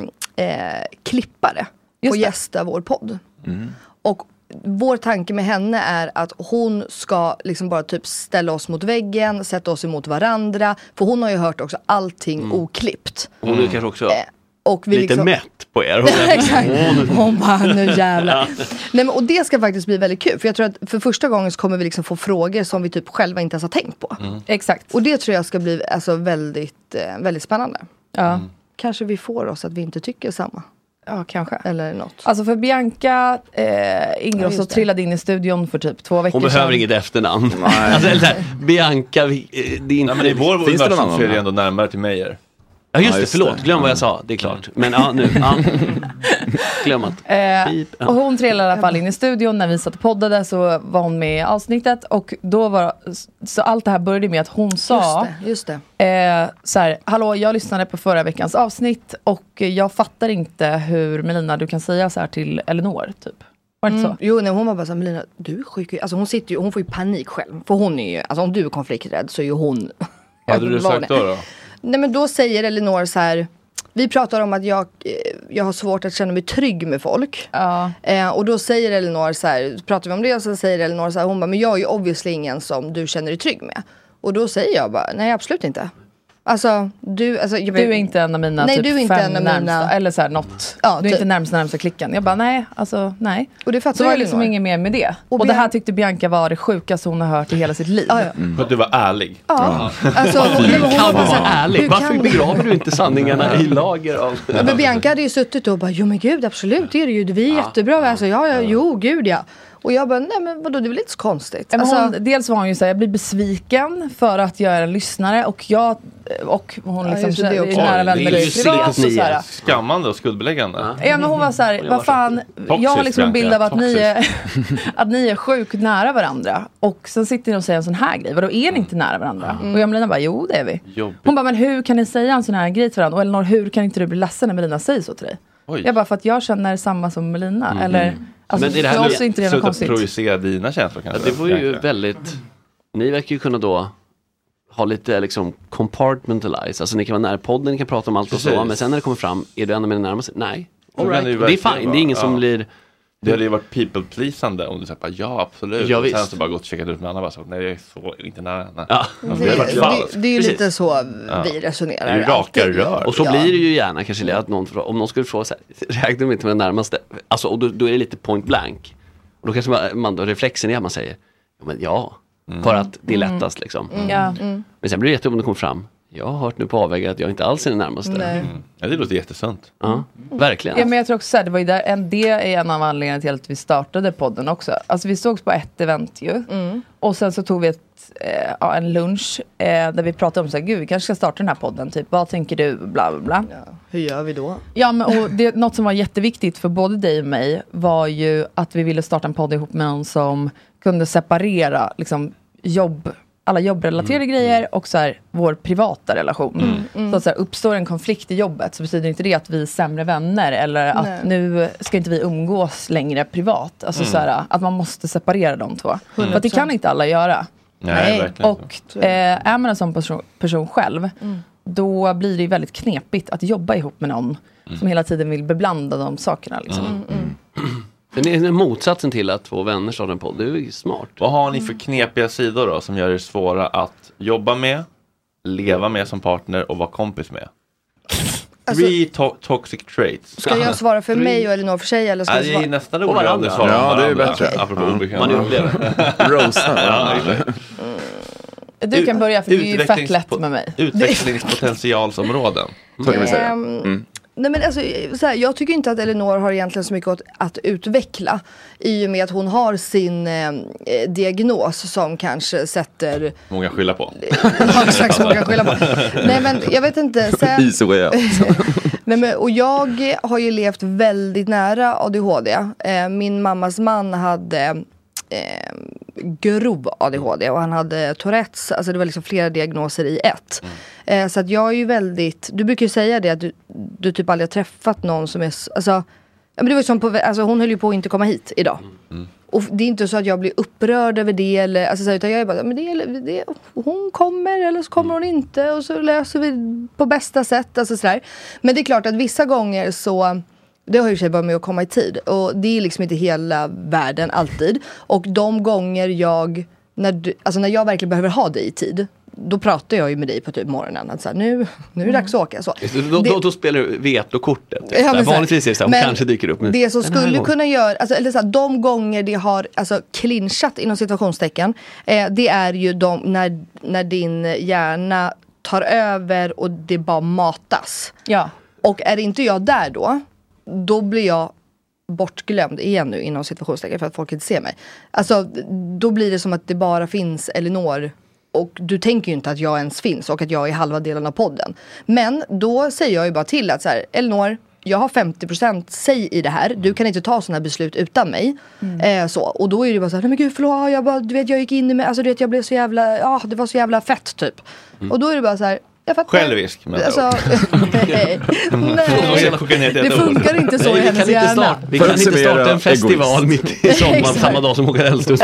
klippare få gästa vår podd. Och vår tanke med henne är att hon ska liksom bara typ ställa oss mot väggen, sätta oss emot varandra. För hon har ju hört också allting oklippt. Hon är kanske också och vi lite liksom mätt på er. Hon bara, nu jävlar. Nej, men, och det ska faktiskt bli väldigt kul. För jag tror att för första gången så kommer vi liksom få frågor som vi typ själva inte ens har tänkt på. Exakt. Och det tror jag ska bli alltså, väldigt, väldigt spännande. Ja. Kanske vi får oss att vi inte tycker samma. Ja, kanske. Eller något. Alltså för Bianca Ingrosso trillade in i studion för typ 2 veckor sedan. Hon behöver inget efternamn. Alltså, Bianca, det är inte... Ja, men i vår universum så är det ändå närmare till Meijer. Ja, just det, förlåt. Glöm vad jag sa, det är klart. Men ja, nu. Glöm att. Och hon trillade i alla fall in i studion när vi satt och poddade, så var hon med i avsnittet. Och då var, så allt det här började med att hon sa just det. Så här, hallå, jag lyssnade på förra veckans avsnitt och jag fattar inte hur, Melina, du kan säga så här till Elinor, typ. Var det inte så? Jo, nej, hon var bara så här, Melina, du är sjuk. Alltså hon får ju panik själv. För hon är ju, alltså om du är konflikträdd så är ju hon... Vad hade du sagt då? Nej, men då säger Elinor så här, vi pratar om att jag har svårt att känna mig trygg med folk. Och då säger Elinor så här, pratar vi om det, och så säger Elinor så här, hon bara, men jag är ju obviously ingen som du känner dig trygg med. Och då säger jag bara, nej absolut inte. Alltså, du är inte en av mina nej, typ du är inte 5 en av närmsta, mina... eller så här något. Ja, du är inte närmsta klicken. Jag bara, nej, alltså, nej. Och det fattar så var det Elinor. liksom inget mer med det. Och det här tyckte Bianca var det sjukaste hon har hört i hela sitt liv. För att du var ärlig. Alltså, hon kan vara ärlig. Varför begraver du inte sanningarna i lager av... Men Bianca hade ju suttit och bara, jo men gud, absolut, det är det ju. Vi är jättebra. Alltså, jo, gud ja. Och jag bara, nej men vadå, det är väl inte så konstigt. Dels var hon ju såhär, jag blir besviken för att jag är en lyssnare och hon liksom är nära vän med dig privat. Skammande och skuldbeläggande. Ja, men hon var såhär, vad fan, jag har liksom en bild av att ni är sjukt nära varandra. Och sen sitter ni och säger en sån här grej. Vadå, är ni inte nära varandra? Och jag och Melina bara, jo det är vi. Hon bara, men hur kan ni säga en sån här grej till varandra? Och Elinor, hur kan inte du bli ledsen när Melina säger så till dig? Jag bara, för att jag känner samma som Melina. Eller, alltså, men det här för oss är inte det något konstigt. Projicera dina känslor kanske. Det var ju väldigt, ni verkar ju kunna då ha lite liksom compartmentalize. Alltså ni kan vara nära podden, ni kan prata om allt och så. Men sen när det kommer fram, är du ändå med den närmaste? Nej. All right. Det är fine, det är ingen som blir... Det hade ju varit people-pleasande om du sa ja absolut. Ja, och sen så bara gått och checkat ut med Anna bara så nej jag är så inte nära. Ja. Det är ju lite så vi resonerar. Det är ju raka rör. Och så blir det ju gärna kanske att någon, om någon skulle fråga så här, räknar de inte med den närmaste? Alltså, och då är det lite point blank. Och då kanske man då reflexen är att man säger för att det är lättast liksom. Men sen blir det jättejobbigt om det kommer fram. Jag har hört nu på avvägar att jag inte alls är den närmaste. Ja, det låter jättesunt. Ja, verkligen. Ja, men jag tror också att det var ju där, det är en av anledningarna till att vi startade podden också. Alltså vi sågs på ett event ju. Och sen så tog vi en lunch där vi pratade om så här, gud vi kanske ska starta den här podden. Typ, vad tänker du? Bla bla bla. Ja, hur gör vi då? Ja, men och något som var jätteviktigt för både dig och mig var ju att vi ville starta en podd ihop med någon som kunde separera liksom alla jobbrelaterade grejer och så här, vår privata relation. Så att så här, uppstår en konflikt i jobbet så betyder inte det att vi är sämre vänner eller att nu ska inte vi umgås längre privat. Alltså så här, att man måste separera de två. 100%. För att det kan inte alla göra. Nej. Och är man en sån person själv då blir det väldigt knepigt att jobba ihop med någon som hela tiden vill beblanda de sakerna liksom. Det är motsatsen till att två vänner startar en podd. Det är ju smart. Vad har ni för knepiga sidor då som gör det svåra att jobba med, leva med som partner och vara kompis med? Alltså, 3 toxic traits. Ska jag svara för mig och Elinor för sig? Eller ska det är nästan ord om du svarar ja, det är bättre. Apropå obekväm. Rosa. Du kan börja för det är ju fett lätt med mig. Utvecklingspotentialsområden. Så kan vi säga. Nej men alltså, så här, jag tycker inte att Elinor har egentligen så mycket att utveckla i och med att hon har sin diagnos som kanske sätter många skylla på. Ja, exakt, som många skylla på. Nej men jag vet inte sen... Nej, men, och jag har ju levt väldigt nära ADHD. Min mammas man hade grov ADHD och han hade Tourettes, alltså det var liksom flera diagnoser i ett. Så att jag är ju väldigt, du brukar ju säga det att du typ aldrig har träffat någon som är, alltså, men det var ju som på, alltså hon höll ju på att inte komma hit idag. Och det är inte så att jag blir upprörd över det eller, alltså, utan jag är bara, men det, hon kommer eller så kommer hon inte och så löser vi på bästa sätt, alltså sådär. Men det är klart att vissa gånger så det har ju sig bara med att komma i tid. Och det är liksom inte hela världen alltid. Och de gånger när jag verkligen behöver ha dig i tid, då pratar jag ju med dig på typ morgonen. Att så här, nu är det dags att åka. Så. Då spelar du vetokortet. Ja, vanligtvis är det så här, kanske dyker upp. Det som skulle kunna göra, alltså, eller så här, de gånger det har alltså, clinchat inom situationstecken, det är ju när din hjärna tar över och det bara matas. Ja. Och är inte jag där då blir jag bortglömd igen nu inom situationstecken för att folk inte ser mig. Alltså, då blir det som att det bara finns Elinor och du tänker ju inte att jag ens finns och att jag är halva delen av podden. Men då säger jag ju bara till att så här, Elinor, jag har 50% säg i det här. Du kan inte ta sådana här beslut utan mig. Så. Och då är det bara så här, nej men gud förlåt, jag gick in i mig, alltså du vet jag blev så jävla, det var så jävla fett typ. Och då är det bara så här, självisk med alltså, nej. Det funkar inte så i hennes hjärna. Vi kan inte starta en festival mitt i sommaren samma dag som Håkan Hellström.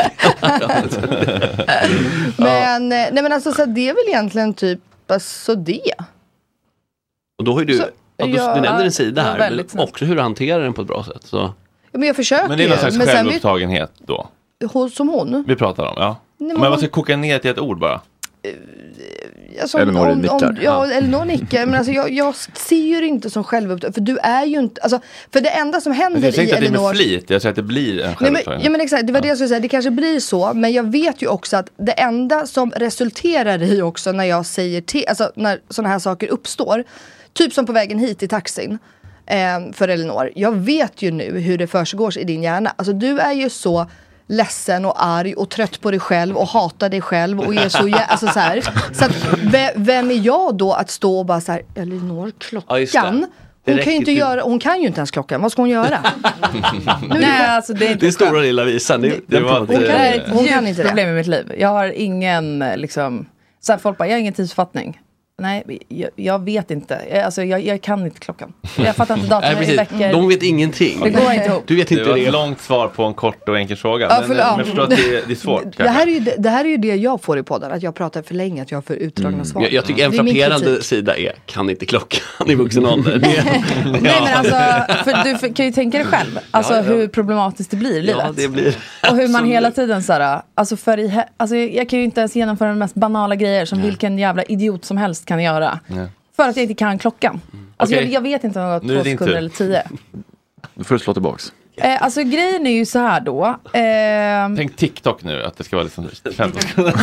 Men nej men alltså så det är väl egentligen typ alltså det. Och då har ju du du nämnde en sida här men också hur du hanterar den på ett bra sätt så. Ja, men jag försöker. Men det är någon slags självupptagenhet då. Som hon. Vi pratar om, ja. Nej, men vad ska koka ner till ett ord bara? Alltså, Elinor nickar. Elinor nickar. Men alltså, jag ser ju inte som självupptagen. För du är ju inte, alltså, för det enda som händer i Elinor. Jag säger inte att det är med flit, jag säger att det blir en självupptagen. Ja men exakt, det var det jag skulle säga. Det kanske blir så, men jag vet ju också att det enda som resulterar i också när jag säger alltså när sådana här saker uppstår, typ som på vägen hit i taxin för Elinor. Jag vet ju nu hur det försiggår i din hjärna. Alltså du är ju så ledsen och arg och trött på dig själv och hatar dig själv och är så alltså så här. Så att, vem är jag då att stå och bara så här, Elinor, klockan. Hon kan ju inte ens klockan. Vad ska hon göra? Nej, alltså det är stora lilla visan. Hon kan inte problem i mitt liv. Jag har ingen liksom så här, folk bara, jag har ingen tidsuppfattning. Nej, jag vet inte. Alltså, jag kan inte klockan. Jag fattar inte datum i veckor. De vet ingenting. Det går inte ihop. Du vet inte det var ett långt svar på en kort och enkel fråga. Ja, men jag förstår att det är svårt. Det här är ju det jag får i podden. Att jag pratar för länge, att jag har för utdragna svar. Jag tycker en frapperande sida är, kan inte klockan i vuxen ålder. Nej, men alltså, för du kan ju tänka dig själv. Alltså hur problematiskt det blir i livet. Ja, det blir. Och hur man hela tiden så här, alltså jag kan ju inte ens genomföra de mest banala grejer som vilken jävla idiot som helst kan göra. För att jag inte kan klockan. Alltså jag vet inte om det var 2 sekunder eller 10. Nu får du slå tillbaks. Alltså grejen är ju så här då. Tänk TikTok nu, att det ska vara liksom 15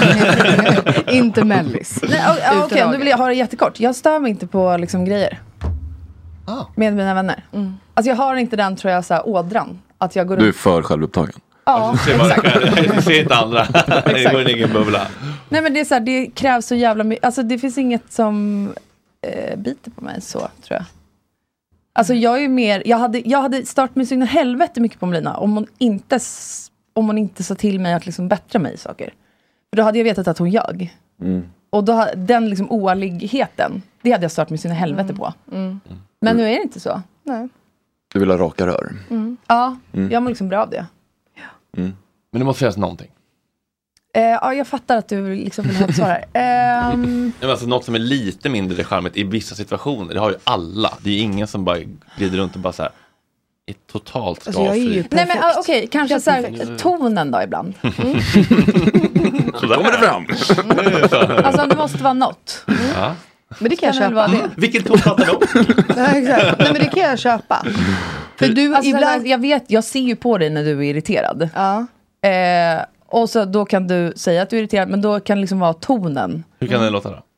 inte mellis. Okej, om du vill ha det jättekort. Jag stör mig inte på liksom grejer. Med mina vänner. Alltså jag har inte den, tror jag, så här, ådran. Att jag går du är för självupptagen. Ja, du ser inte andra. Det går ingen bubbla. Nej, men det är så här, det krävs så jävla mycket. Alltså det finns inget som biter på mig så, tror jag. Alltså jag är mer, jag hade startat mig så in helvete mycket på Melina om hon inte sa till mig att liksom bättra mig i saker. För då hade jag vetat att hon ljög. Och då den liksom oärligheten, det hade jag startat mig så in helvete på. Men nu är det inte så. Nej. Du vill ha raka rör. Ja, jag mår liksom bra av det. Men det måste finnas någonting. Ja, jag fattar att du liksom vill ha ett svar här. Alltså, något som är lite mindre charmigt i vissa situationer, det har ju alla. Det är ingen som bara glider runt och bara så här är totalt skavfri. Nej, men okej, kanske så här, tonen då ibland. Så där kommer det fram. Alltså det måste vara något. Ja. Men det kan jag köpa. Vilken ton pratar du om? Nej, exakt. Nej, men det kan jag köpa. För du alltså, ibland... jag ser ju på dig när du är irriterad. Ja. Och så då kan du säga att du är irriterad, men då kan det liksom vara tonen. Hur kan det låta då?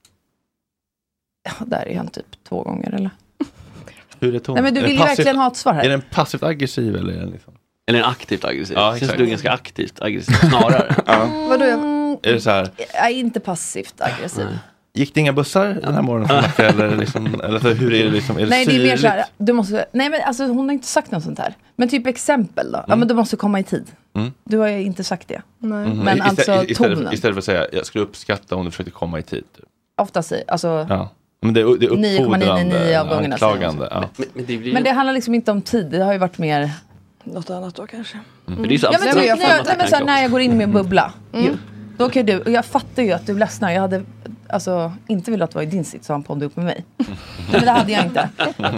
Ja, där är han typ 2 gånger eller? Hur är tonen? Nej, men du vill ju verkligen ha ett svar här. Är den passivt aggressiv eller är den liksom? Eller en aktivt aggressiv? Ja, känns exakt. du ganska aktivt aggressiv snarare. Vadå? Är det så här? Jag är inte passivt aggressiv. Gick det inga bussar den här morgonen från Nacka eller liksom, eller så, hur är det liksom? Är det nej, det är mer syrligt? så här, du måste, nej men alltså hon har inte sagt något sånt här. Men typ exempel då. Ja, men du måste komma i tid. Du har ju inte sagt det. Nej. Men alltså tonen. Istället för att säga, jag skulle uppskatta om du försökte komma i tid. Typ. Oftast alltså. Ja. Men det är uppfordrande, 9,99 av gångerna. anklagande. Ja. Men det handlar liksom inte om tid. Det har ju varit mer något annat då kanske. Det är så ja, men så här, när jag går in med en bubbla. Då kan du, och jag fattar ju att du ledsnar. Jag hade alltså inte velat vara i din sitt så han poddade upp med mig. Men det hade jag inte.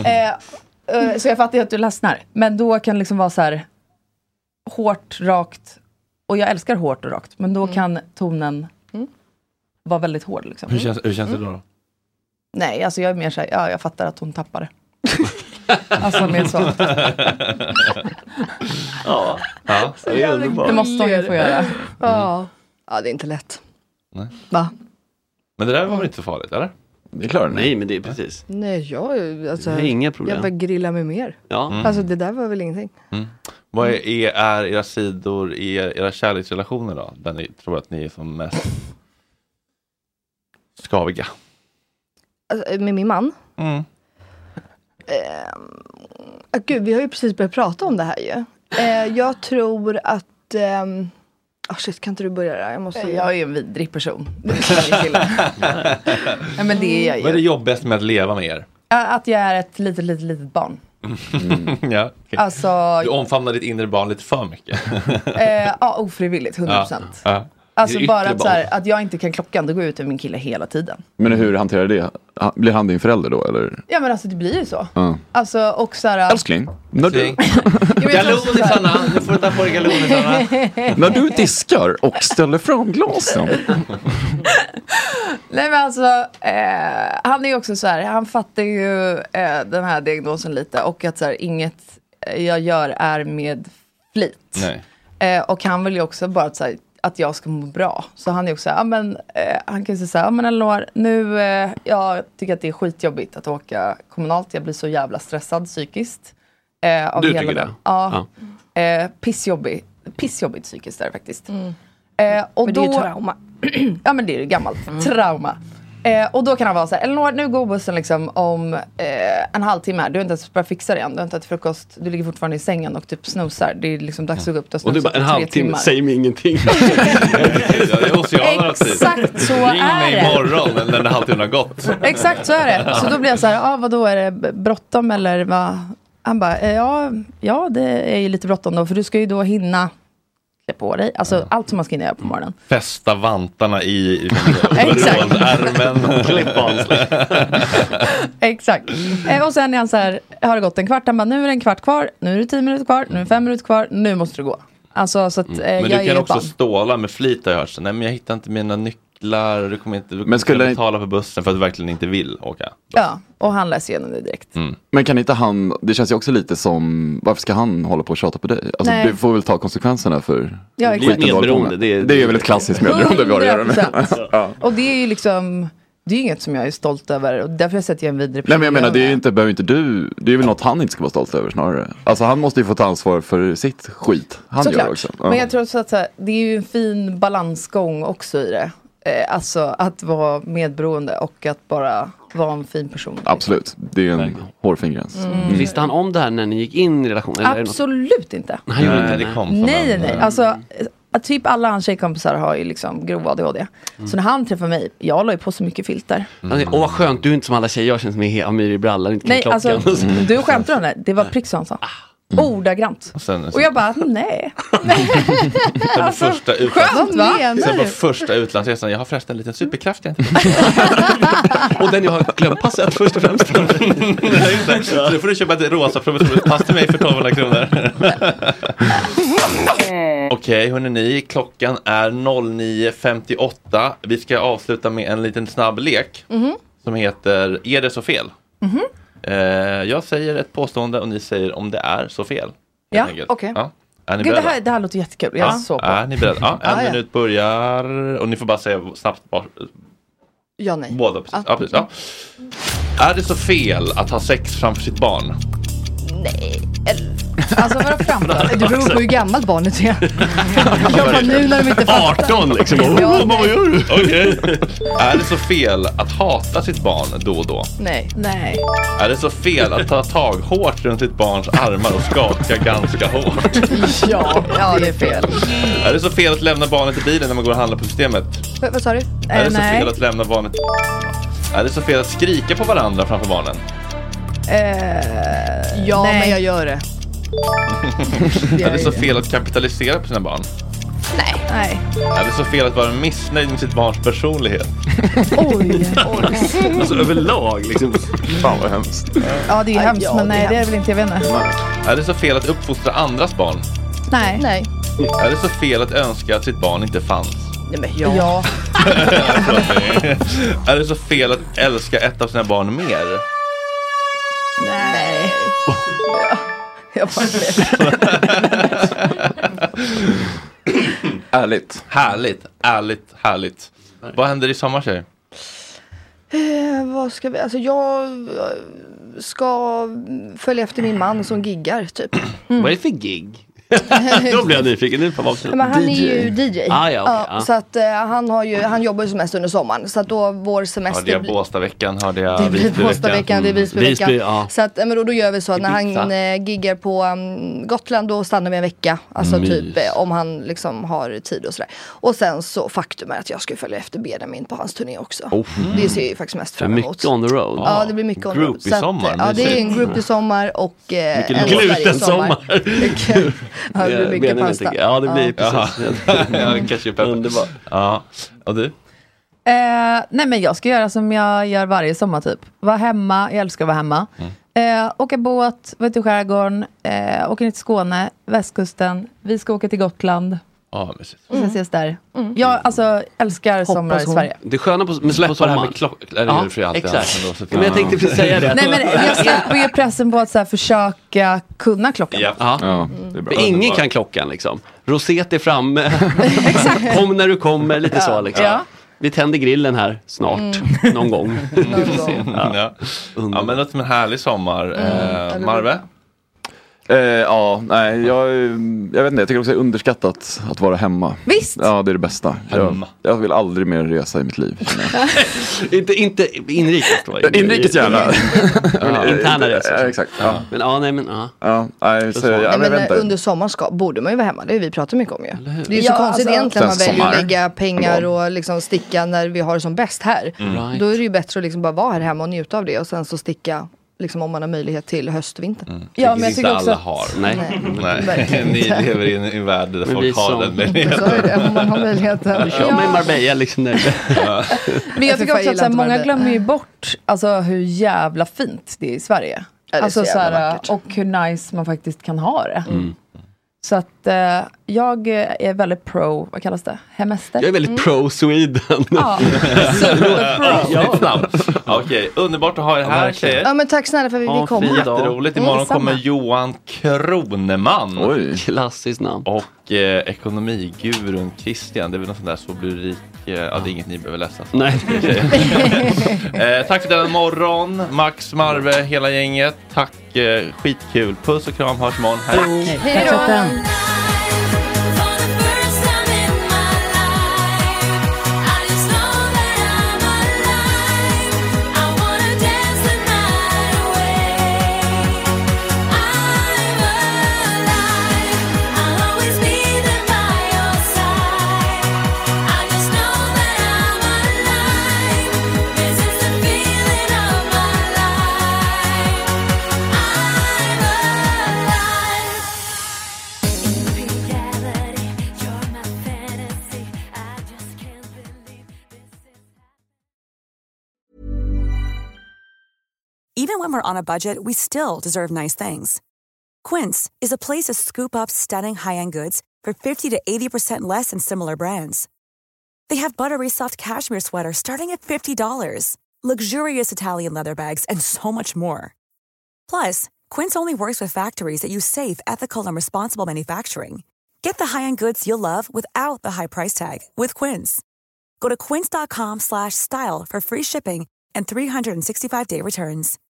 Så jag fattar ju att du ledsnar. Men då kan det liksom vara så här hårt, rakt. Och jag älskar hårt och rakt. Men då kan tonen vara väldigt hård liksom. Hur känns det då? Nej, alltså jag är mer så här, ja, jag fattar att hon tappar det. Alltså mer så. Ja, det är underbart. Det måste hon ju få göra. Ja, det är inte lätt. Nej. Va? Men det där var väl inte så farligt, eller? Det är klart. Nej, men det är precis. Nej, alltså, det är inga problem. Jag bara grilla mig mer. Ja. Alltså det där var väl ingenting. Vad är era sidor i era kärleksrelationer då? Där ni tror att ni är som mest skaviga? Alltså, med min man? Gud, vi har ju precis börjat prata om det här ju. Jag tror att shit, kan inte du börja där? Jag är en vidrig person. Ja, men det är jag ju. Vad är det jobbigaste med att leva med er? Att jag är ett litet barn. Ja, okay. Alltså, du omfamnar ditt inre barn lite för mycket. Ja, ofrivilligt, 100%. Ja. Alltså bara att, så här, att jag inte kan klockan, då går jag ut med min kille hela tiden. Men hur hanterar det? Blir han din förälder då? Eller? Ja, men alltså det blir ju så. Alltså, och så här, älskling, när du... Galonisarna, du får ta på dig galonisarna. När du diskar och ställer fram glasen. Nej, men alltså han är ju också så här, han fattar ju den här diagnosen lite. Och att så här, inget jag gör är med flit. Nej. Och han vill ju också bara så här, att jag ska må bra. Så han är också ja, men han kan ju säga ja, men Elinor, nu jag tycker att det är skitjobbigt att åka kommunalt. Jag blir så jävla stressad psykiskt. Av du hela tycker det? Ja. Pissjobbig. pissjobbigt psykiskt där faktiskt. Och men det är ju trauma. Ja, men det är ju gammalt trauma. Och då kan han vara så här, Elinor, nu går bussen liksom om en halvtimme. Du har inte ens börjat fixa det än. Du har inte ätit frukost. Du ligger fortfarande i sängen och typ snosar. Det är liksom dags att gå upp. Och du bara, en halvtimme, säg mig ingenting. Exakt så är det. Ring mig imorgon när den halvtimmen har gått. Exakt så är det. Så då blir jag så här, vadå, är det bråttom eller vad? Han bara, ja det är ju lite bråttom då. För du ska ju då hinna på dig. Alltså allt som man ska hinna göra på morgonen. Fästa vantarna i overallärmen. Exakt. Och sen är han så här, har det gått en kvart? Han bara, nu är det en kvart kvar. Nu är det 10 minuter kvar. Nu är det 5 minuter kvar. Nu måste du gå. Alltså så att men du kan också ståla med flit, har jag hört. Nej, men jag hittar inte mina nycklar. Du kommer inte betala på bussen för att du verkligen inte vill åka. Ja, och han läser igenom det direkt. Men kan inte han, det känns ju också lite som, varför ska han hålla på och tjata på dig? Alltså du får väl ta konsekvenserna för skiten medberoende. Det är väl ett klassiskt medberoende vi har att göra med. Och det är ju liksom, det är inget som jag är stolt över. Och därför sätter jag en vidare. Nej, men jag menar, det är ju inte, behöver inte du, det är väl något han inte ska vara stolt över snarare. Alltså han måste ju få ta ansvar för sitt skit. Han såklart. Gör också. Men jag tror så att det är ju en fin balansgång också i det. Alltså att vara medberoende och att bara vara en fin person. Absolut, det är en hårfin gräns. Visste han om det här när ni gick in i relationen? Absolut inte. Han gjorde inte det. Nej. Alltså typ alla hans tjejkompisar har ju liksom grov ADHD. Så när han träffade mig, jag la ju på så mycket filter. Åh vad skönt, du är inte som alla tjejer jag känns med Amir i brallan, inte nej, klockan. Alltså, du skämtar om det. Det var prick så han sa. Ordagrant. Och jag bara, nej. Alltså, skönt va? Sen på första utlandsresan, jag har förresten en liten superkraft. Och den jag har glömt passet först och främst. Så då får du köpa ett rosa provisoriskt pass till mig för 1200 kronor. Okej, hörni, klockan är 09:58. Vi ska avsluta med en liten snabb lek som heter Är det så fel? Jag säger ett påstående och ni säger om det är så fel. Ja, okej. Ja. Är ni Gud, beredda? det här låter jättekul. Jag är så på. Är ni beredda? Ja, en minut börjar och ni får bara säga snabbt. Ja, nej. Båda, precis. Ja, precis. Ja. Är det så fel att ha sex framför sitt barn? Nej. Alltså vad framför? Det beror på hur gammalt barnet är. Jag bara, nu när de inte fattar. 18 liksom. Vad gör du? Okay. Är det så fel att hata sitt barn då och då? Nej. Är det så fel att ta tag hårt runt sitt barns armar och skaka ganska hårt? Ja, det är fel. Är det så fel att lämna barnet i bilen när man går och handlar på systemet? Vad sa du? Är det så fel att lämna barnet? Är det så fel att skrika på varandra framför barnen? Ja, nej. Men jag gör det. Är det så fel att kapitalisera på sina barn? Nej. Är det så fel att vara missnöjd med sitt barns personlighet? Oj. Alltså överlag liksom. Fan vad hemskt. Ja, det är hemskt, men nej, det är väl inte, jag vet inte. Är det så fel att uppfostra andras barn? Nej. Är det så fel att önska att sitt barn inte fanns? Nej, men ja. Är det så fel att älska ett av sina barn mer? Nej. Jag bara Härligt. Vad händer i sommar, tjej? Vad ska vi... Alltså jag ska följa efter min man som giggar, typ. Vad är det för gig? Då blir jag nyfiken nu på vad men han är ju DJ. Ja. Så att han jobbar ju som mest under sommaren. Så att då vår semester... Har det Båstadveckan, har det Visbyveckan. Det blir Båstadveckan, det är Visbyveckan. Ja. Så att men då gör vi så att när han giggar på Gotland, då stannar vi en vecka. Alltså typ om han liksom har tid och sådär. Och sen så faktum är att jag ska följa efter Benjamin på hans turné också. Det ser jag ju faktiskt mest fram emot. Mycket on the road. Ja, det blir mycket on the road. Group i sommar. Ja, det är en group i sommar och en gluten-sommar. Ja, det blir mycket pasta. Ja, det blir precis. Kanske underbart. Ja, och du? Nej, men jag ska göra som jag gör varje sommar typ. Vara hemma, jag älskar att vara hemma. Åka båt, vara ute i skärgården, åka ner till Skåne, västkusten. Vi ska åka till Gotland. Ja, mysigt. Och sen ses där. Jag alltså älskar sommar i Sverige. Det sköna på släppa på det här med klockan. Ja, exakt. Men jag tänkte precis säga det. Nej, men jag släpper ju pressen på att så här, försöka kunna klockan. Ja, det är bra. Ingen kan klockan liksom. Roset är framme. Kom när du kommer, lite så liksom. Ja. Vi tänder grillen här snart, någon gång. Ja, men det är en härlig sommar. Marve? Ja, nej, jag vet inte, jag tycker också det är underskattat att vara hemma. Visst? Ja, det är det bästa. Jag vill aldrig mer resa i mitt liv. inte inrikes då? Inrikes gärna. Interna resor. Ja, exakt. Ja. Men under sommaren borde man ju vara hemma. Det har vi pratat mycket om ju. Det är ju så konstigt egentligen man väljer att lägga pengar och liksom sticka när vi har det som bäst här. Då är det ju bättre att liksom bara vara här hemma och njuta av det och sen så sticka liksom om man har möjlighet till höst-vinter. Ja, men jag tycker också alla har. Nej. Ni lever i en värld där folk har den möjligheten. Så är det, om man har möjligheten. Kör med Marbella liksom. Men jag tycker också att många glömmer ju bort alltså, hur jävla fint det är i Sverige. Alltså, så här, och hur nice man faktiskt kan ha det. Så att jag är väldigt pro, vad kallas det? Hemester. Jag är väldigt pro Sweden. Ja, Okej, underbart att ha er här, tjejer. Ja, men tack snälla för att vi fick komma. Jätteroligt. Imorgon kommer Johan Kroneman. Oj, klassiskt namn. Och ekonomigurun Christian. Det är väl något sånt där så blir rik. Ja, det är inget ni behöver läsa. Nej. Tack för den morgon. Max, Marve, hela gänget. Tack, skitkul. Puss och kram, hörs imorgon. Hej. Hej då. Even when we're on a budget, we still deserve nice things. Quince is a place to scoop up stunning high-end goods for 50 to 80% less than similar brands. They have buttery soft cashmere sweaters starting at $50, luxurious Italian leather bags, and so much more. Plus, Quince only works with factories that use safe, ethical, and responsible manufacturing. Get the high-end goods you'll love without the high price tag with Quince. Go to quince.com/style for free shipping and 365-day returns.